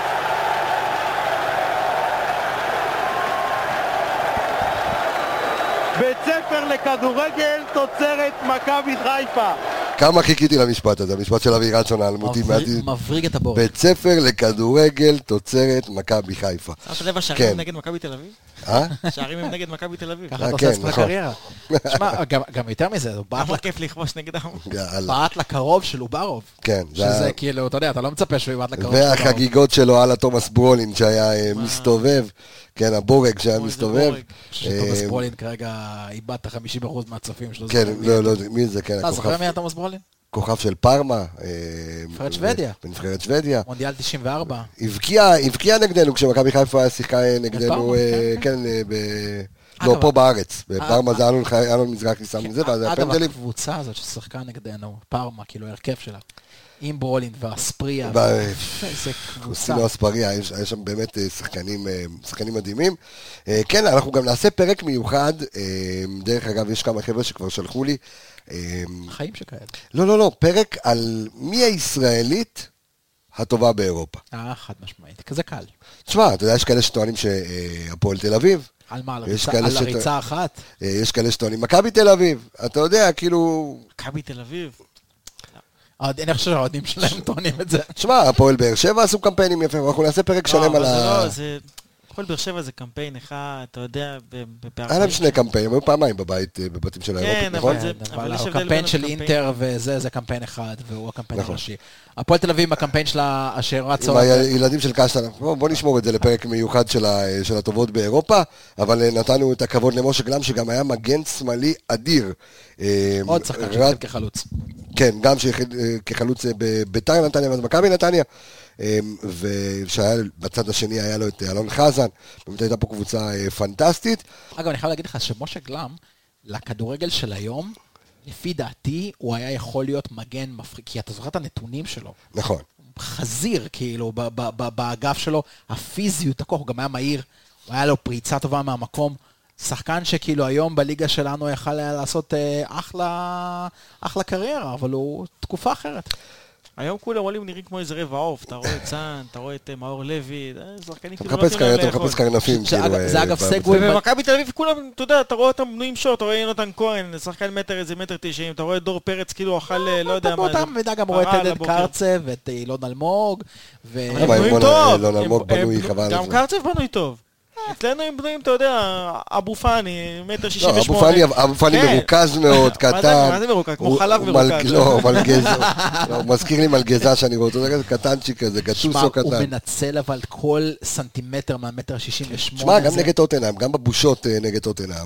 בית ספר לכדורגל תוצרת מכבי חיפה. כמה חיכיתי למשפט הזה, המשפט של אבי רצון האלמותי. מבריג את הבור. בית ספר לכדורגל תוצרת מכבי חיפה. שמת לב השערים הם נגד מכבי תל אביב? אה? השערים הם נגד מכבי תל אביב. ככה אתה עושה את הקריירה. תשמע, גם יותר מזה, כמה כיף לכבוש נגדם. בעט לקרוב של אוברוב. כן. שזה כאילו, אתה יודע, אתה לא מצפה שהוא בעט לקרוב. והחגיגות שלו על התומאס ברולין שהיה מסתובב. כן, הבורג שהיה מסתובב. שתומאס ברולין כרגע איבד את ה-חמישים אחוז מהצופים שלו. כן, לא, לא, מי זה? כן, אתה זוכר מי היה תומאס ברולין? כוכב של פארמה. בנבחרת שוודיה. בנבחרת שוודיה. מונדיאל תשעים וארבע. הבקיע נגדנו כשמכבי חיפה שיחקה נגדנו, כן, לא, פה בארץ. בפארמה זה אלון מזרחי שם את זה, ואז היה פנדלים. אגב, הקבוצה הזאת ששיחקה נגדנו, פארמה, כאילו הרכב שלה. עם ברולין והספריה, איזה קבוצה. עשינו הספריה, יש שם באמת שחקנים מדהימים. כן, אנחנו גם נעשה פרק מיוחד, דרך אגב, יש כמה חבר'ה שכבר שלחו לי. חיים שכאלה. לא, לא, לא, פרק על מי הישראלית הטובה באירופה. אה, חד משמעית, כזה קל. תשמע, אתה יודע, יש כאלה שטוענים שהפועל תל אביב. על מה, על הריצה אחת? יש כאלה שטוענים, מכבי תל אביב, אתה יודע, כאילו... מכבי תל אביב? אני חושב שהעודים שלהם טוענים את זה. תשמע, הפועל באר שבע עשו קמפיינים יפים, אנחנו נעשה פרק שלם על ה... לא, זה... הפועל באר שבע זה קמפיין אחד, אתה יודע, בפעם... היה להם שני קמפיינים, היו פעמיים בבית, בבתים של האירופית, נכון? כן, אבל הקמפיין של אינטר וזה, זה קמפיין אחד, והוא הקמפיין הראשי. הפועל תל אביב, הקמפיין שלה, אשר רצו... עם הילדים של קשטן, בוא נשמור את זה לפרק מיוחד של הטובות באירופה, אבל נתנו את הכבוד למשה גלם, שגם היה מגן שמאלי אדיר. עוד שחקן שהתחיל כחלוץ. כן, גם כחלוץ בבית"ר נתניה ובמכבי נתניה. ושהיה בצד השני היה לו את אלון חזן, באמת הייתה פה קבוצה פנטסטית. אגב, אני חייב להגיד לך שמשה גלם, לכדורגל של היום, לפי דעתי, הוא היה יכול להיות מגן מפריק, כי אתה זוכר את הנתונים שלו. נכון. חזיר, כאילו, באגף שלו, הפיזיות, הכוח, הוא גם היה מהיר, הוא היה לו פריצה טובה מהמקום, שחקן שכאילו היום בליגה שלנו יכל לעשות אחלה, אחלה קריירה, אבל הוא תקופה אחרת. היום כולם עולים נראים כמו איזה רבע עוף, אתה רואה את צאן, אתה רואה את מאור לוי, זרקנים כאילו לא נותנים להם לאכול. אתה מחפש קרנפים. זה אגב סגווי. ובמכבי תל אביב כולם, אתה יודע, אתה רואה אותם בנויים שוט, אתה רואה יונתן כהן, שחקן מטר איזה מטר תשעים, אתה רואה את דור פרץ כאילו אכל, לא יודע מה. באותה מידה גם רואה את עדן קרצב ואת אילון אלמוג. הם בנויים טוב. גם קרצב בנוי טוב. אצלנו הם בנויים, אתה יודע, אבו פאני, מטר שישים ושמונה. אבו פאני מרוכז מאוד, קטן. מה זה מרוכז? כמו חלב מרוכז. לא, מלגזה. הוא מזכיר לי מלגזה שאני רואה אותו, זה קטנצ'יק כזה, גטוסו קטן. הוא מנצל אבל כל סנטימטר מהמטר שישים ושמונה. תשמע, גם נגד טוטנהאם, גם בבושות נגד טוטנהאם.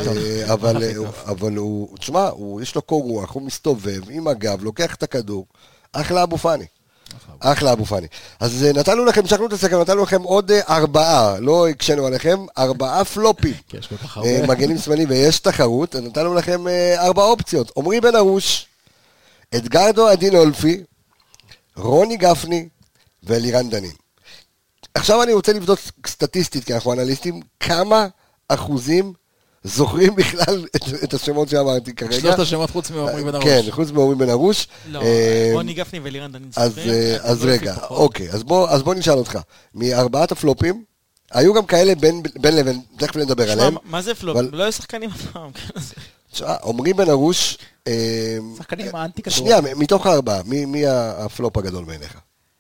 אבל הוא, תשמע, יש לו קור רוח, הוא מסתובב עם הגב, לוקח את הכדור. אחלה אבו פאני. אחלה אבו פאני. אז נתנו לכם, שכנו את הסקר, נתנו לכם עוד ארבעה, לא הקשנו עליכם, ארבעה פלופים. מגנים שמאלי ויש תחרות, נתנו לכם ארבע אופציות. עומרי בן ארוש, אדגרדו אדינולפי, רוני גפני ואלירן דנין. עכשיו אני רוצה לבדוק סטטיסטית, כי אנחנו אנליסטים, כמה אחוזים זוכרים בכלל את השמות שאמרתי כרגע? שלושת השמות חוץ מעומרי בן ארוש. כן, חוץ מעומרי בן ארוש. לא, רוני גפני ולירן דנין זוכרים. אז רגע, אוקיי, אז בוא נשאל אותך. מארבעת הפלופים, היו גם כאלה בין לבין, תכף נדבר עליהם. מה זה פלופ? לא היו שחקנים הפעם. עומרי בן ארוש... שחקנים האנטי כדור. שנייה, מתוך הארבעה, מי הפלופ הגדול בעיניך?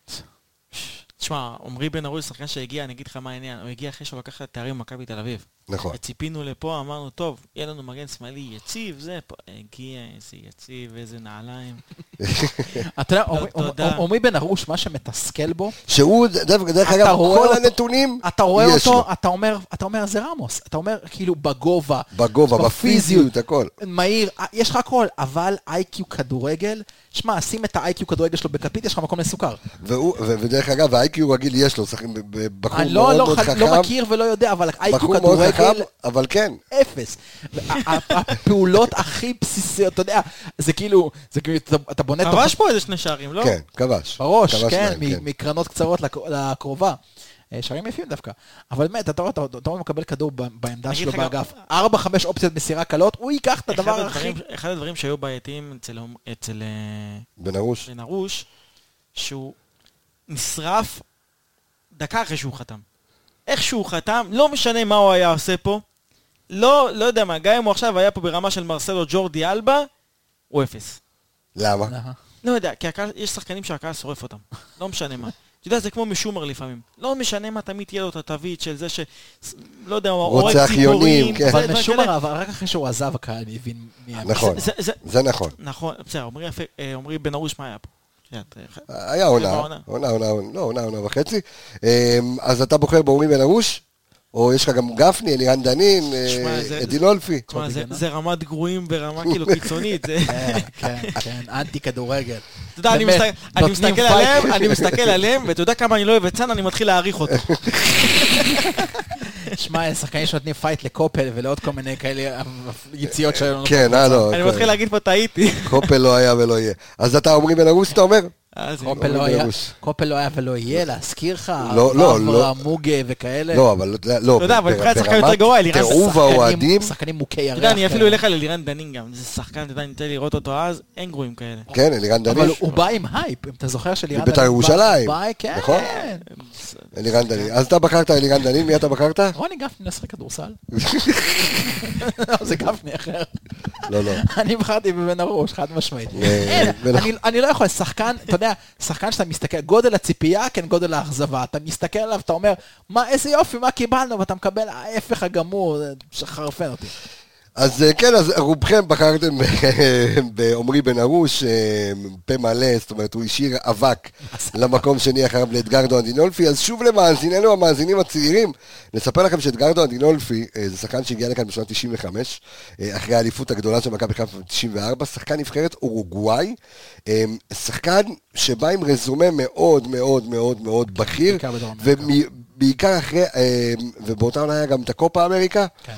תשמע, עומרי בן ארוש, שחקן שהגיע, אני אגיד לך מה העניין, הוא הגיע אחרי שהוא לקח את התארים במכבי תל אביב. נכון. וציפינו לפה, אמרנו, טוב, יהיה לנו מגן שמאלי יציב, זה פה, הגיע, איזה יציב, איזה נעליים. אתה יודע, עומרי בן ארוש, מה שמתסכל בו, שהוא, דרך אגב, כל הנתונים, אתה רואה אותו, אתה אומר, זה רמוס, אתה אומר, כאילו, בגובה, בגובה, בפיזיות, הכל. מהיר, יש לך הכל, אבל איי קיו כדורגל, שמע, שים את ה-איי קיו כדורגל שלו בכפית, יש לך מקום לסוכר. ודרך אגב, ה-איי קיו רגיל יש לו, בחור מאוד מאוד מאוד חכם. לא מכיר ולא יודע, אבל ה-איי קיו בחור מאוד חכם, כדורגל... אבל כן. אפס. הפעולות הכי בסיסיות, אתה יודע, זה כאילו, אתה בונה... כבש פה איזה שני שערים, לא? כן, כבש. בראש, כן, מקרנות קצרות לקרובה. שערים יפים דווקא. אבל באמת, אתה רואה מקבל כדור בעמדה שלו באגף. ארבע, חמש אופציות מסירה קלות, הוא ייקח את הדבר הכי... אחד הדברים שהיו בעייתיים אצל בן ארוש, בן ארוש, שהוא נשרף דקה אחרי שהוא חתם. איך שהוא חתם, לא משנה מה הוא היה עושה פה, לא, לא יודע מה, גם אם הוא עכשיו היה פה ברמה של מרסלו ג'ורדי אלבה, הוא אפס. למה? לא יודע, כי הקהל, יש שחקנים שהקהל שורף אותם. לא משנה מה. אתה יודע, זה כמו משומר לפעמים. לא משנה מה, תמיד תהיה לו את התווית של זה ש... לא יודע, רוצה חיונים, כן. אבל משומר, אבל רק אחרי שהוא עזב, הקהל הבין מי... נכון, זה נכון. נכון, בסדר, אומרי בן ארוש, מה היה פה? היה עונה, עונה, עונה, לא, עונה, עונה וחצי. אז אתה בוחר בעומרי בן ארוש? או יש לך גם גפני, אלירן דנין, עדין אולפי. זה רמת גרועים ברמה כאילו קיצונית. כן, כן, אנטי כדורגל. אתה יודע, אני מסתכל עליהם, אני מסתכל עליהם, ואתה יודע כמה אני לא אוהב את צאן, אני מתחיל להעריך אותו. שמע, שחקנים שנותנים פייט לקופל ולעוד כל מיני כאלה יציאות שלנו. כן, אה, לא. אני מתחיל להגיד פה, טעיתי. קופל לא היה ולא יהיה. אז אתה עומרי בן ארוש, אתה אומר? קופל לא היה ולא יהיה, להזכיר לך, לא, לא, לא. מוגה וכאלה. לא, אבל לא, אתה יודע, אבל נבחרת שחקן יותר גרוע, תיעוב האוהדים. שחקנים מוכי ירח. אתה יודע, אני אפילו אלך ללירן דנין גם, זה שחקן, אתה יודע, אני נתן לראות אותו אז, אין גרועים כאלה. כן, אלירן דנין. אבל הוא בא עם הייפ, אם אתה זוכר שלירן דנין. בית"ר ירושלים. נכון? אלירן דנין. אז אתה בחרת אלירן דנין, מי אתה בחרת? רוני גפני לשחק כדורסל. זה גפני אחר. לא, לא. אני בחרתי בבן ארוש, חד משמעית. אני לא יכול, שחקן, אתה יודע, שחקן שאתה מסתכל, גודל הציפייה, כן גודל האכזבה. אתה מסתכל עליו, אתה אומר, מה, איזה יופי, מה קיבלנו, ואתה מקבל ההפך הגמור, שחרפן אותי. אז כן, אז רובכם בחרתם בעומרי בן ארוש, פה מלא, זאת אומרת, הוא השאיר אבק למקום שני אחריו לאדגרדו אנדינולפי, אז שוב למאזיננו, המאזינים הצעירים, נספר לכם שאדגרדו אנדינולפי, זה שחקן שהגיע לכאן בשנת תשעים וחמש, אחרי האליפות הגדולה של מכבי חיפה ב-תשעים וארבע, שחקן נבחרת אורוגוואי, שחקן שבא עם רזומה מאוד מאוד מאוד מאוד בכיר, ובעיקר אחרי, ובאותה עונה היה גם את הקופה אמריקה, כן.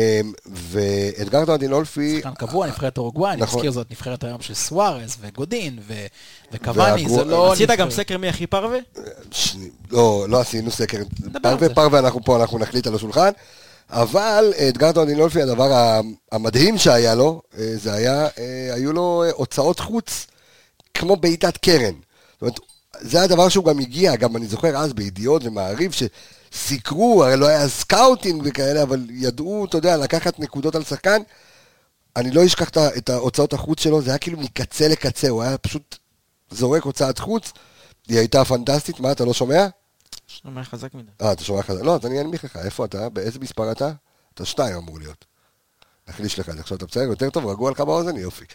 ואדגרדו אנדינולפי שחקן קבוע, נבחרת אורוגוואי, אני אזכיר זאת נבחרת היום של סוארז וגודין וקוואני, זה לא... עשית גם סקר מי הכי פרווה? לא, לא עשינו סקר פרווה, פרווה אנחנו פה, אנחנו נחליט על השולחן, אבל אדגרדו אנדינולפי, הדבר המדהים שהיה לו, זה היה, היו לו הוצאות חוץ כמו בעיטת קרן, זאת אומרת, זה הדבר שהוא גם הגיע, גם אני זוכר אז בידיעות ומעריב ש... סיקרו, הרי לא היה סקאוטינג וכאלה, אבל ידעו, אתה יודע, לקחת נקודות על שחקן, אני לא אשכח את ההוצאות החוץ שלו, זה היה כאילו מקצה לקצה, הוא היה פשוט זורק הוצאת חוץ, היא הייתה פנטסטית, מה, אתה לא שומע? שומע חזק מדי. אה, אתה שומע חזק, לא, אז אני אנמיך לך, איפה אתה? באיזה מספר אתה? אתה שתיים אמור להיות. נחליש לך, עכשיו אתה מצייר יותר טוב, רגוע לך באוזן, יופי.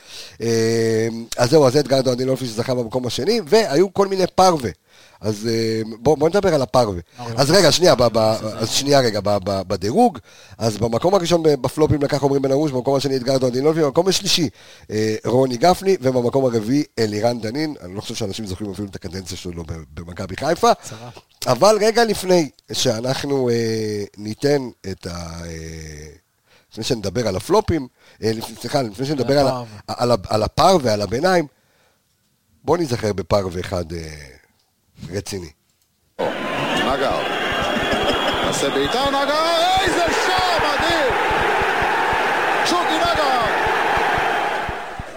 אז זהו, אז אדגרדו אנדינולפי שזכה במקום השני, והיו כל מיני פרווה. אז בוא, בוא נדבר על הפרווה. אז רגע, שנייה, ב, ב, אז שנייה רגע, ב, ב, בדירוג, אז במקום הראשון בפלופים לקח עומרי בן ארוש, במקום השני אדגרדו אנדינולפי, במקום השלישי רוני גפני, ובמקום הרביעי אלירן דנין, אני לא חושב שאנשים זוכרים אפילו את הקדנציה שלו במכבי חיפה, אבל רגע לפני שאנחנו אה, ניתן את ה... אה, לפני שנדבר על הפלופים, אה, סליחה, לפני שנדבר על, על, על הפר ועל הביניים, בוא נזכר בפר ואחד אה, רציני. נגר, עושה בעיטה, נגר, איזה שער מדהים!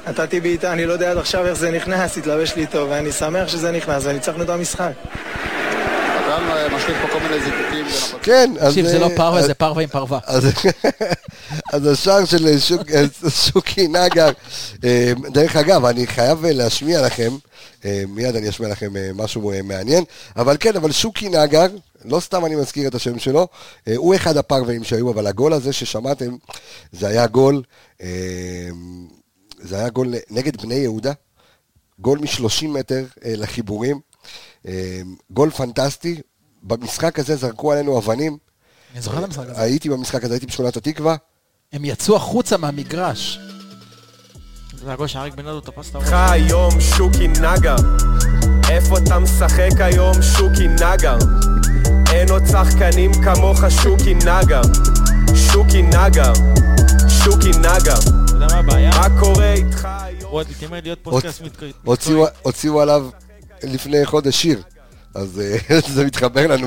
נתתי בעיטה, אני לא יודע עד עכשיו איך זה נכנס, התלבש לי טוב, ואני שמח שזה נכנס, וניצחנו את המשחק. אתה משליט פה כל מיני זיקוקים. כן, אז... תקשיב, זה לא פרווה, זה פרווה עם פרווה. אז השער של שוקי נגר, דרך אגב, אני חייב להשמיע לכם, מיד אני אשמיע לכם משהו מעניין, אבל כן, אבל שוקי נגר, לא סתם אני מזכיר את השם שלו, הוא אחד הפרווים שהיו, אבל הגול הזה ששמעתם, זה היה גול, זה היה גול נגד בני יהודה, גול מ-שלושים מטר לחיבורים, גול פנטסטי, במשחק הזה זרקו עלינו אבנים, אני זוכר את המשחק הזה. הייתי במשחק הזה, הייתי בשכונת התקווה, הם יצאו החוצה מהמגרש. זה הגול שאריק בן דודו תפס את הראש. היום שוקי נגר, איפה אתה משחק היום שוקי נגר? אין עוד שחקנים כמוך שוקי נגר, שוקי נגר, שוקי נגר. אתה יודע מה הבעיה? מה קורה איתך היום? הוא עוד מתיימר להיות פודקאסט מקצועי. הוציאו עליו לפני חודש שיר, אז זה מתחבר לנו.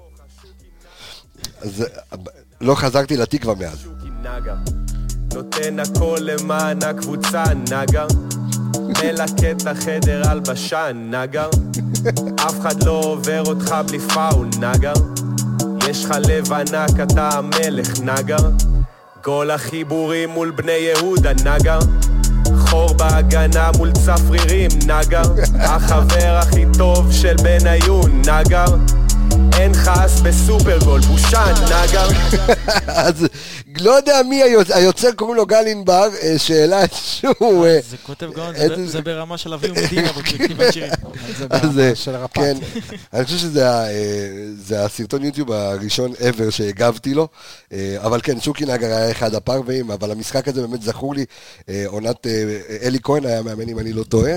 אז לא חזרתי לתקווה מאז. שוקי נגר, נותן הכל למען הקבוצה נגר, מלקט החדר הלבשה נגר, אף אחד לא עובר אותך בלי פאול נגר, יש לך לב ענק אתה המלך נגר, גול החיבורים מול בני יהודה נגר, חור בהגנה מול צפרירים נגר, החבר הכי טוב של בניון נגר, אין חס בסופרגול, בושה נגר. אז לא יודע מי היוצר, קוראים לו גל ענבר, שאלה שהוא... זה כותב גאון, זה ברמה של אבי ומדינה, בכתיבת שירים. זה ברמה של הרפת. אני חושב שזה הסרטון יוטיוב הראשון ever שהגבתי לו, אבל כן, שוקי נגר היה אחד הפרווים, אבל המשחק הזה באמת זכור לי, עונת אלי כהן היה מאמן אם אני לא טועה,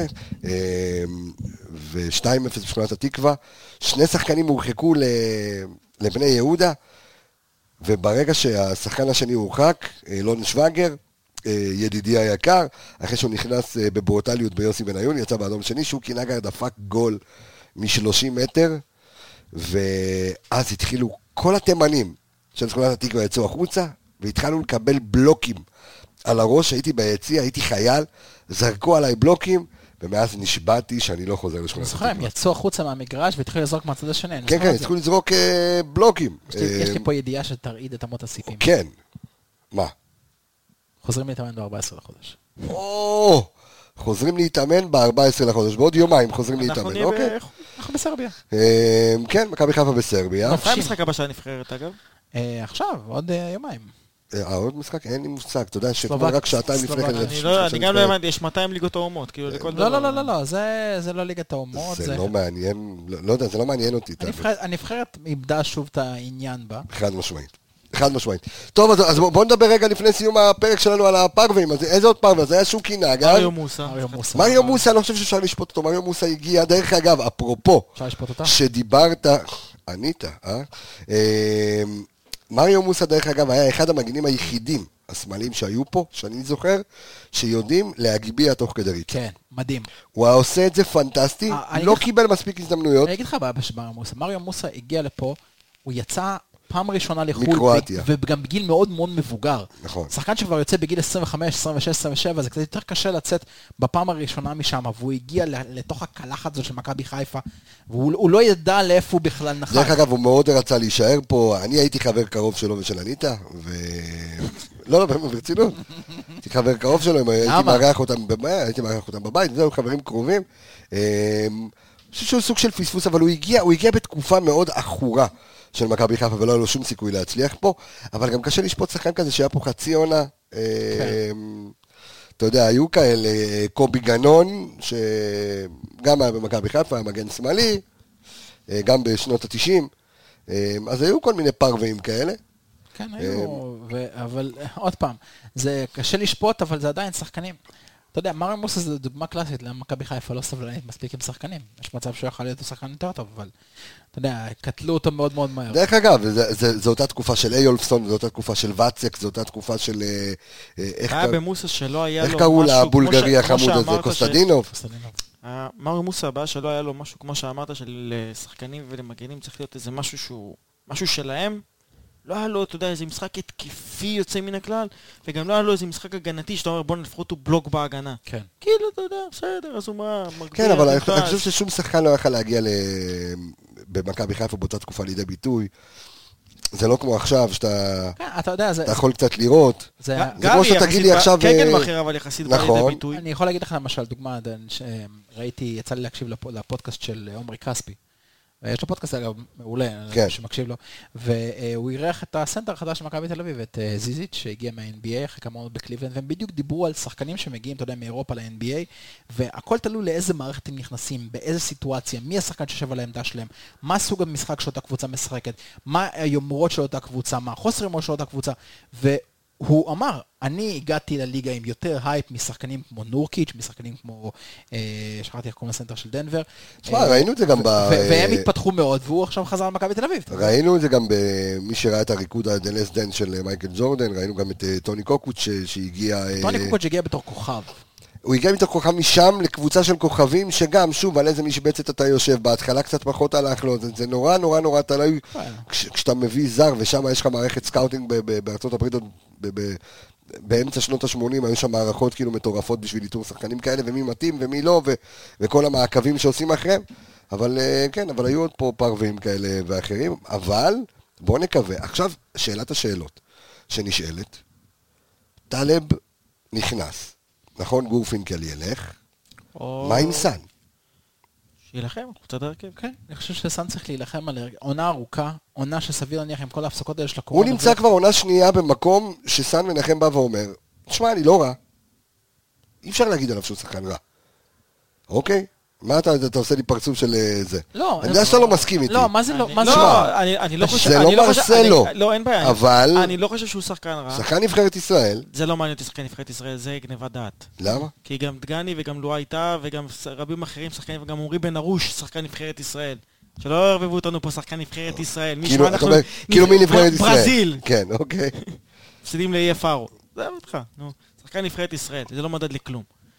ו-שתיים אפס בשכונת התקווה, שני שחקנים הורחקו לבני יהודה, וברגע שהשחקן השני הורחק, אלון שווגר, ידידי היקר, אחרי שהוא נכנס בברוטליות ביוסי בניון, יצא באדום שני, שוקי נגר דפק גול מ-שלושים מטר, ואז התחילו כל התימנים של שכונת התקווה יצאו החוצה, והתחלנו לקבל בלוקים על הראש, הייתי ביציע, הייתי חייל, זרקו עליי בלוקים, ומאז נשבעתי שאני לא חוזר לשכונת התקווה. הם יצאו החוצה מהמגרש והתחילו לזרוק מהצד השני. כן, כן, התחילו לזרוק בלוקים. יש לי פה ידיעה שתרעיד את אמות הסיפים. כן. מה? חוזרים להתאמן ב-ארבעה עשר לחודש. או, חוזרים להתאמן ב-ארבעה עשר לחודש. בעוד יומיים חוזרים להתאמן, אוקיי? אנחנו בסרביה. כן, מכבי חיפה בסרביה. מתי המשחק הבא של הנבחרת, אגב? עכשיו, עוד יומיים. עוד משחק, אין לי מושג, אתה יודע שכמו רק שעתיים לפני כן... אני גם לא האמנתי, יש מאתיים ליגות האומות, כאילו לכל דבר. לא, לא, לא, לא, זה לא ליגת האומות. זה לא מעניין, לא יודע, זה לא מעניין אותי. הנבחרת איבדה שוב את העניין בה. חד משמעית, חד משמעית. טוב, אז בואו נדבר רגע לפני סיום הפרק שלנו על הפרווים, איזה עוד פרווה? זה היה שוקי נגר. מריו מוסה. מריו מוסה, אני לא חושב שאפשר לשפוט אותו, מריו מוסה הגיע, דרך אגב, אפרופו, שדיברת, ענית, אה? מריו מוסה דרך אגב היה אחד המגינים היחידים השמאליים שהיו פה, שאני זוכר, שיודעים להגביע תוך כדי ריצה. כן, מדהים. הוא עושה את זה פנטסטי, לא קיבל מספיק הזדמנויות. אני אגיד לך בעיה של מריו מוסה, מריו מוסה הגיע לפה, הוא יצא פעם ראשונה לחו"ל, מקרואטיה. וגם בגיל מאוד מאוד מבוגר. נכון. שחקן שכבר יוצא בגיל עשרים וחמש, עשרים ושש, עשרים ושבע, זה קצת יותר קשה לצאת בפעם הראשונה משם, והוא הגיע לתוך הקלחת הזאת של מכבי חיפה, והוא לא ידע לאיפה הוא בכלל נחת. דרך אגב, הוא מאוד רצה להישאר פה, אני הייתי חבר קרוב שלו ושל אניטה, ו... לא, לא, ברצינות. הייתי חבר קרוב שלו, הייתי מארח אותם בבית, הייתי מארח אותם בבית, זהו, חברים קרובים. אני חושב שהוא סוג של פספוס, אבל הוא הגיע, הוא הגיע בתקופה מאוד אחורה של מכבי חיפה, ולא היה לו שום סיכוי להצליח פה, אבל גם קשה לשפוט שחקן כזה שהיה פה חצי עונה. אתה יודע, היו כאלה, קובי גנון, שגם היה במכבי חיפה, היה מגן שמאלי, גם בשנות ה-תשעים, אז היו כל מיני פרווים כאלה. כן, היו, אבל עוד פעם, זה קשה לשפוט, אבל זה עדיין שחקנים. אתה יודע, מריו מוסה זה דוגמה קלאסית, למה מכבי חיפה לא סבלנית מספיק עם שחקנים. יש מצב שהוא יכול להיות שחקן יותר טוב, אבל אתה יודע, קטלו אותו מאוד מאוד מהר. דרך אגב, זו אותה תקופה של איולפסון, זו אותה תקופה של ואצק, זו אותה תקופה של... היה במוסה שלא היה לו משהו... איך קראו לבולגרי החמוד הזה? קוסטדינוב? מריו מוסה הבא שלא היה לו משהו, כמו שאמרת, של שחקנים ולמגנים, צריך להיות איזה משהו שהוא... משהו שלהם, לא היה לו, אתה יודע, איזה משחק התקיפי יוצא מן הכלל, וגם לא היה לו איזה משחק הגנתי, שאתה אומר, בוא לפחות הוא בלוק בהגנה. כן. כאילו, אתה יודע, בסדר, אז הוא מה, מגביר. כן, אבל אני חושב ששום שחקן לא יכול להגיע במכבי חיפה באותה תקופה לידי ביטוי. זה לא כמו עכשיו, שאתה אתה יודע, אתה יכול קצת לראות. זה כמו שאתה תגיד לי עכשיו... כן, כן, מחיר, אבל יחסית בא לידי ביטוי. אני יכול להגיד לך למשל, דוגמה, ראיתי, יצא לי להקשיב לפודקאסט של עומרי כספי. יש לו פודקאסט אגב מעולה, שמקשיב לו, והוא אירח את הסנטר החדש של מכבי תל אביב, את זיזיץ' שהגיע מה-אן בי איי, אחרי כמה עונות בקליבלנד, והם בדיוק דיברו על שחקנים שמגיעים, אתה יודע, מאירופה ל-אן בי איי, והכל תלוי לאיזה מערכת הם נכנסים, באיזה סיטואציה, מי השחקן שיושב על העמדה שלהם, מה סוג המשחק שאותה קבוצה משחקת, מה היומרות של אותה קבוצה, מה החוסר יומרות של אותה קבוצה, והוא אמר, אני הגעתי לליגה עם יותר הייפ משחקנים כמו נורקיץ', משחקנים כמו, שכחתי איך קוראים לסנטר של דנבר. תשמע, ראינו את זה גם ב... והם התפתחו מאוד, והוא עכשיו חזר למכבי תל אביב. ראינו את זה גם במי שראה את הריקוד הדלס דן של מייקל ג'ורדן, ראינו גם את טוני קוקוץ' שהגיע... טוני קוקוץ' הגיע בתור כוכב. הוא הגיע מתוך כוכב משם לקבוצה של כוכבים, שגם, שוב, על איזה משבצת אתה יושב, בהתחלה קצת פחות הלך לו, זה נורא נורא נורא תלוי, כשאתה מביא זר, ושם יש לך מערכת סקאוטינג בארצות הברית, באמצע שנות ה-שמונים, היו שם מערכות כאילו מטורפות בשביל איתור שחקנים כאלה, ומי מתאים ומי לא, וכל המעקבים שעושים אחריהם, אבל כן, אבל היו עוד פה פרווים כאלה ואחרים, אבל בוא נקווה. עכשיו, שאלת השאלות שנשאלת, טלב נכנס. נכון, גורפינקל ילך, מה עם סן? שילחם, קבוצת הרכב. כן, אני חושב שסן צריך להילחם על עונה ארוכה, עונה שסביר להניח עם כל ההפסקות האלה של הקורונה. הוא נמצא כבר עונה שנייה במקום שסן מנחם בא ואומר, תשמע, אני לא רע, אי אפשר להגיד עליו שהוא שחקן רע. אוקיי? מה אתה, אתה עושה לי פרצוף של זה? לא. אני יודע שאתה לא מסכים איתי. לא, מה זה לא? לא, אני לא חושב... זה לא מרסלו. לא, אין בעיה. אבל... אני לא חושב שהוא שחקן רע. שחקן נבחרת ישראל. זה לא מעניין אותי שחקן נבחרת ישראל, זה גניבת דעת. למה? כי גם דגני וגם לואי הייתה וגם רבים אחרים שחקנים וגם עומרי בן ארוש, שחקן נבחרת ישראל. שלא הרבבו אותנו פה שחקן נבחרת ישראל. כאילו מי נבחרת ישראל? ברזיל. כן, אוקיי. מפסידים לאי פארו. זה אותך, נו. שחקן נבחרת ישראל, זה לא מדד לכלום.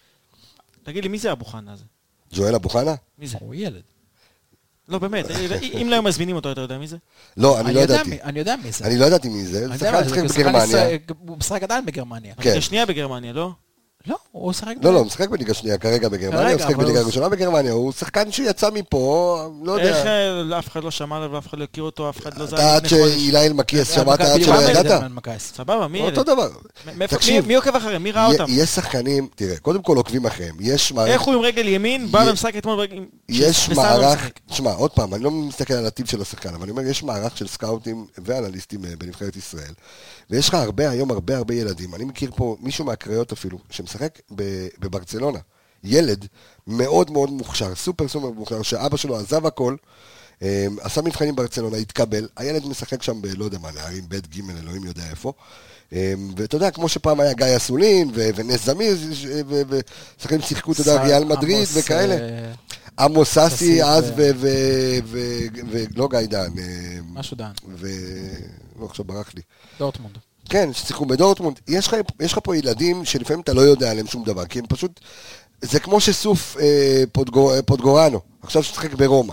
תגיד לי, מי זה אבו חנה הזה? ג'ואל אבו חנה? מי זה? הוא ילד. לא, באמת, אם לא היו מזמינים אותו, אתה יודע מי זה? לא, אני לא ידעתי. אני יודע מי זה. אני לא ידעתי מי זה. זה שחקן משחק בגרמניה. הוא משחק עדיין בגרמניה. ליגה שנייה בגרמניה, לא? לא, הוא משחק... לא, לא, הוא משחק בליגה שנייה כרגע בגרמניה, הוא משחק בליגה ראשונה בגרמניה, הוא שחקן שיצא מפה, לא יודע. איך אף אחד לא שמע עליו ואף אחד לא הכיר אותו, אף אחד לא זר. אתה עד שאילי אלמקיאס שמעת עד שלא ידעת? סבבה, מי אותו דבר. מי עוקב אחריהם? מי ראה אותם? יש שחקנים, תראה, קודם כל עוקבים אחריהם, יש מערך... איך הוא עם רגל ימין, בא ומשחק אתמול ברגל... יש מערך, תשמע, עוד פעם, אני לא מסתכל על הטיב של השחקן, אבל אני אומר, יש מערך של סקאוטים ואנליסטים בנבחרת ישראל, ויש לך הרבה, היום הרבה הרבה ילדים, אני מכיר פה מישהו מהקריות אפילו, שמשחק בברצלונה, ילד מאוד מאוד מוכשר, סופר סופר מוכשר, שאבא שלו עזב הכל, עשה מבחנים ברצלונה, התקבל, הילד משחק שם ב, לא יודע מה, נערים, בית ג' אלוהים יודע איפה, ואתה יודע, כמו שפעם היה גיא אסולין, ונס זמיר, ושחקנים שיחקו, אתה יודע, ריאל מדריד וכאלה. עמוס סאסי אז, ולא גיא דן. משהו דן. לא, עכשיו ברח לי. דורטמונד. כן, ששיחקו בדורטמונד. יש לך פה ילדים שלפעמים אתה לא יודע עליהם שום דבר, כי הם פשוט... זה כמו שסוף פודגורנו, עכשיו ששחק ברומא.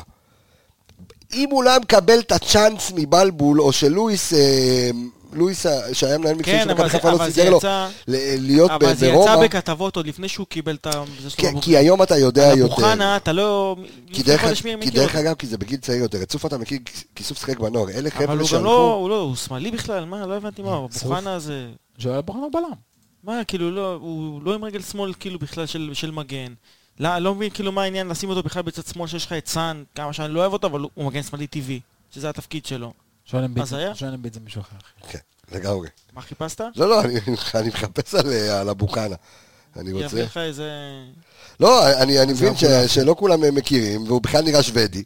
אם הוא לא מקבל את הצ'אנס מבלבול, או שלואיס... לואיס שהיה מנהל מקצועי של מכבי חיפה לא סידר לו להיות ברומא. אבל זה יצא בכתבות עוד לפני שהוא קיבל את זה שלו. כן, כי היום אתה יודע יותר. אבו חנה, אתה לא... כי דרך אגב, כי זה בגיל צעיר יותר. את סוף אתה מכיר, כי סוף שחק בנוער. אלה חבר'ה אבל הוא גם לא, הוא לא, הוא שמאלי בכלל, מה? לא הבנתי מה, אבו חנה זה... ג'ואל אבו חנה בלם. מה, כאילו, הוא לא עם רגל שמאל, כאילו, בכלל של מגן. לא מבין, כאילו, מה העניין לשים אותו בכלל בצד שמאל שיש לך את סן, כמה שאני לא אוהב אותו, אבל הוא מגן שמאלי טבעי, שזה התפקיד שלו. שואל אמביט זה מישהו אחר. כן, לגמרי. מה חיפשת? לא, לא, אני מחפש על אבו חנה. אני רוצה... יביא לך איזה... לא, אני מבין שלא כולם מכירים, והוא בכלל נראה שוודי.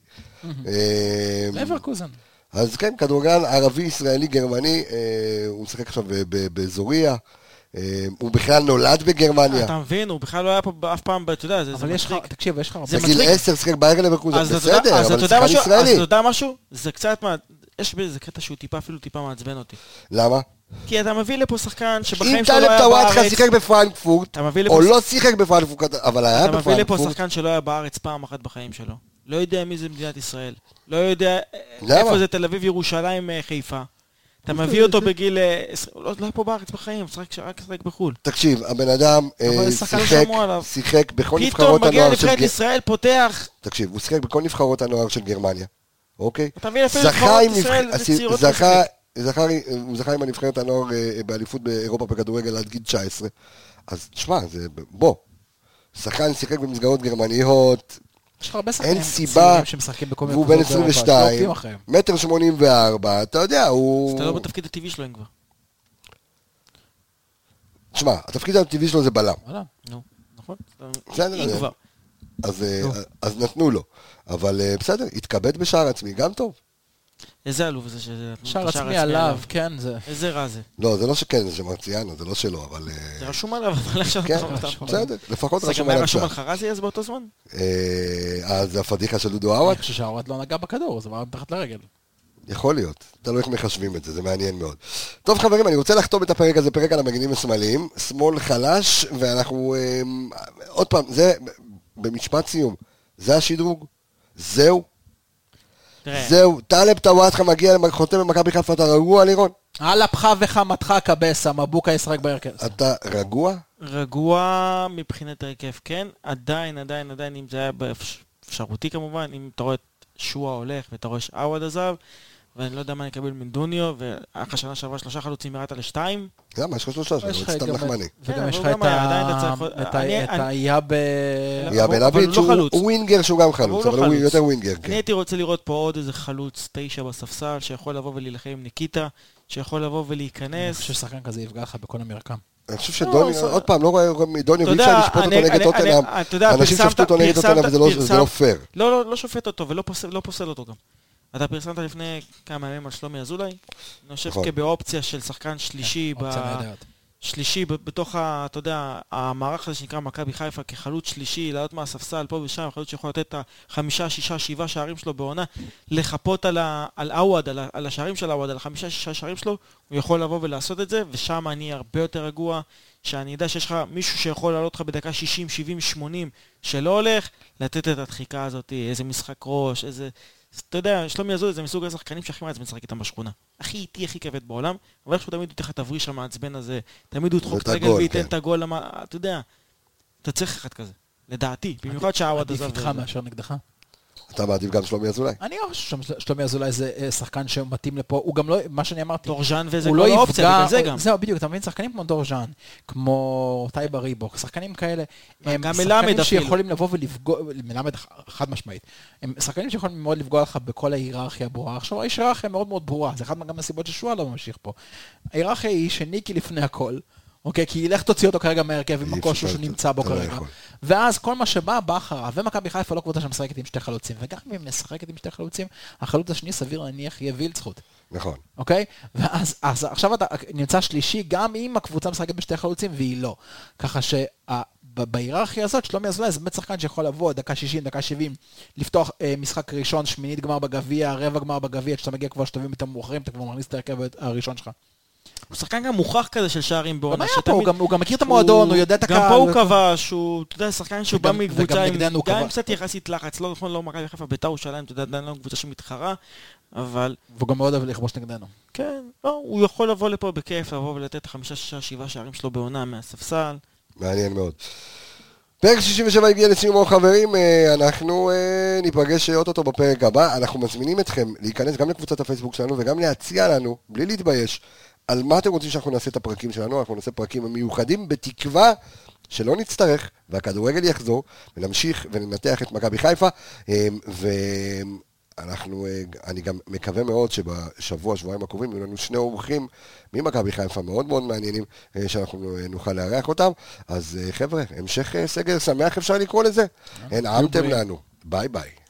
לברקוזן. אז כן, כדורגלן ערבי, ישראלי, גרמני, הוא משחק עכשיו באזוריה. הוא בכלל נולד בגרמניה. אתה מבין, הוא בכלל לא היה פה אף פעם, אתה יודע, זה מצחיק. תקשיב, יש לך... בגיל עשר שחק באיירן לברקוזן, בסדר, אבל זה שחקן ישראלי. אז אתה יודע משהו? זה קצת מה... יש בזה קטע שהוא טיפה, אפילו טיפה מעצבן אותי. למה? כי אתה מביא לפה שחקן שבחיים שלו לא היה בארץ... אם טלב טוואטחה שיחק בפרנקפורט, או לא שיחק בפרנקפורט, אבל היה בפרנקפורט. אתה מביא לפה שחקן שלא היה בארץ פעם אחת בחיים שלו. לא יודע מי זה מדינת ישראל. לא יודע איפה זה תל אביב, ירושלים, חיפה. אתה מביא אותו בגיל... לא היה פה בארץ בחיים, רק שחק בחול. תקשיב, הבן אדם שיחק בכל נבחרות פתאום מגיע הנוער של... נבחרת ישראל, פותח... תקשיב, הוא שיחק בכל נבחרות הנוער של גרמניה, אוקיי? אתה מביא לפי נבחרות ישראל וצעירות מספיק. הוא זכה עם הנבחרת הנוער באליפות באירופה בכדורגל עד גיל תשע עשרה. אז תשמע, בוא, שחקן שיחק במסגרות גרמניות, אין סיבה, והוא בן עשרים ושתיים, מטר שמונים וארבע, אתה יודע, הוא... אתה לא בתפקיד הטבעי שלו, אין כבר. תשמע, התפקיד הטבעי שלו זה בלם. בלם, נו, נכון. אין כבר. אז נתנו לו, אבל בסדר, התכבד בשער עצמי, גם טוב. איזה עלוב זה שזה... שער עצמי עליו, כן, זה... איזה רע זה. לא, זה לא שכן, זה מרציאנו, זה לא שלו, אבל... זה רשום עליו, אבל עכשיו... כן, בסדר, לפחות זה רשום גם עליו. היה רשום על חרזי אז באותו זמן? אז זה הפדיחה של דודו עווד? אני חושב שהעווד לא נגע בכדור, זה בא מתחת לרגל. יכול להיות, תלוי איך מחשבים את זה, זה מעניין מאוד. טוב חברים, אני רוצה לחתום את הפרק הזה, פרק על המגנים השמאליים, שמאל חלש, ואנחנו... עוד פעם, זה, במשפט סיום, זה השדרוג, זהו. זהו, טלב טוואטחה מגיע לחותם במכבי חיפה, אתה רגוע לירון? על אפך וחמתך קבסה, מבוקה ישחק בהרכב. אתה רגוע? רגוע מבחינת הרכב, כן. עדיין, עדיין, עדיין, אם זה היה באפשרותי כמובן, אם אתה רואה את שואה הולך ואתה רואה שעווד עזב, ואני לא יודע מה נקבל מדוניו, ואחרי השנה שעברה שלושה חלוצים ירדת לשתיים. גם, יש לך שלושה, זה סתם נחמני. וגם יש לך את היאב... יאב אלביץ' הוא ווינגר שהוא גם חלוץ, אבל הוא יותר ווינגר. אני הייתי רוצה לראות פה עוד איזה חלוץ תשע בספסל, שיכול לבוא ולהילחם עם ניקיטה, שיכול לבוא ולהיכנס. אני חושב ששחקן כזה יפגע לך בכל המרקם. אני חושב שדוני, עוד פעם, לא רואה מדוני, ואי לשפוט אותו נגד טוטנהאם. אנשים שפטו אותו נגד טוטנהאם וזה לא פייר. לא, לא שופט אותו ולא פוסל אותו גם. אתה פרסמת לפני כמה ימים על שלומי אזולאי, אני חושב כבאופציה של שחקן שלישי, שלישי בתוך, אתה יודע, המערך הזה שנקרא מכבי חיפה כחלוץ שלישי, לעלות מהספסל פה ושם, חלוץ שיכול לתת את החמישה, שישה, שבעה שערים שלו בעונה, לחפות על עווד, על השערים של עווד, על החמישה, שישה שערים שלו, הוא יכול לבוא ולעשות את זה, ושם אני הרבה יותר רגוע, שאני יודע שיש לך מישהו שיכול לעלות לך בדקה שישים, שבעים, שמונים, שלא הולך, לתת את הדחיקה הזאת, איזה משחק ראש, איזה... אתה יודע, שלומי אזולאי זה מסוג השחקנים שהכי מעצבן לשחק איתם בשכונה. הכי איטי, הכי כבד בעולם, אבל איכשהו תמיד הוא תחת תבריש המעצבן הזה, תמיד הוא תחוק את הרגל וייתן את הגול, אתה יודע, אתה צריך אחד כזה, לדעתי, במיוחד שהעווד עזב. עדיף איתך מאשר נגדך. אתה מעדיף גם שלומי אזולאי? אני לא חושב ששלומי אזולאי זה שחקן שמתאים לפה, הוא גם לא, מה שאני אמרתי, דורז'אן וזה כל האופציה, בגלל זה גם. זהו, בדיוק, אתה מבין, שחקנים כמו דורז'אן, כמו טייבה ריבוק, שחקנים כאלה, הם גם שחקנים שיכולים לבוא ולפגוע, מלמד חד משמעית, הם שחקנים שיכולים מאוד לפגוע לך בכל ההיררכיה הברורה. עכשיו, ההיררכיה מאוד מאוד ברורה, זה אחד גם מהסיבות ששואה לא ממשיך פה. ההיררכיה היא שניקי לפני הכל, אוקיי, כי ילך תוציא אותו כרגע מהרכב עם הכושר שהוא נמצא בו כרגע. ואז כל מה שבא, בא אחריו, ומכבי חיפה לא קבוצה שמשחקת עם שתי חלוצים, וגם אם משחקת עם שתי חלוצים, החלוץ השני סביר להניח יהיה וילצחוט. נכון. אוקיי? ואז אז, עכשיו אתה נמצא שלישי, גם אם הקבוצה משחקת בשתי חלוצים, והיא לא. ככה שבהיררכיה הזאת, שלומי אזולאי זה באמת שחקן שיכול לבוא דקה שישים, דקה שבעים, לפתוח אה, משחק ראשון, שמינית גמר בגביע, רבע גמר בגביע, כשאתה מגיע כבר שתבים איתם מאוחרים, אתה כבר מכניס את ההרכב הראשון שלך. הוא שחקן גם מוכח כזה של שערים בעונה. הוא גם מכיר את המועדון, הוא יודע את הקהל. גם פה הוא כבש, הוא, אתה יודע, שחקן שהוא בא מקבוצה, גם עם קצת יחסית לחץ, לא נכון, לא מכבי חיפה בית"ר ירושלים, אתה יודע, עדיין לא קבוצה שמתחרה, אבל... והוא גם מאוד אוהב לכבוש נגדנו. כן, לא, הוא יכול לבוא לפה בכיף, לבוא ולתת חמישה, שישה, שבעה שערים שלו בעונה מהספסל. מעניין מאוד. פרק שישים ושבע הגיע לסיומו, חברים, אנחנו ניפגש אוטוטו בפרק הבא, אנחנו מזמינים אתכם להיכנס גם לקבוצת הפייסבוק שלנו וגם להציע לנו, בלי להתבייש, על מה אתם רוצים שאנחנו נעשה את הפרקים שלנו. אנחנו נעשה פרקים מיוחדים בתקווה שלא נצטרך והכדורגל יחזור ונמשיך וננתח את מכבי חיפה, ואנחנו, אני גם מקווה מאוד שבשבוע, שבועיים הקרובים יהיו לנו שני אורחים ממכבי חיפה מאוד מאוד מעניינים שאנחנו נוכל לארח אותם. אז חבר'ה, המשך סגר שמח אפשר לקרוא לזה, הנעמתם לנו, ביי ביי.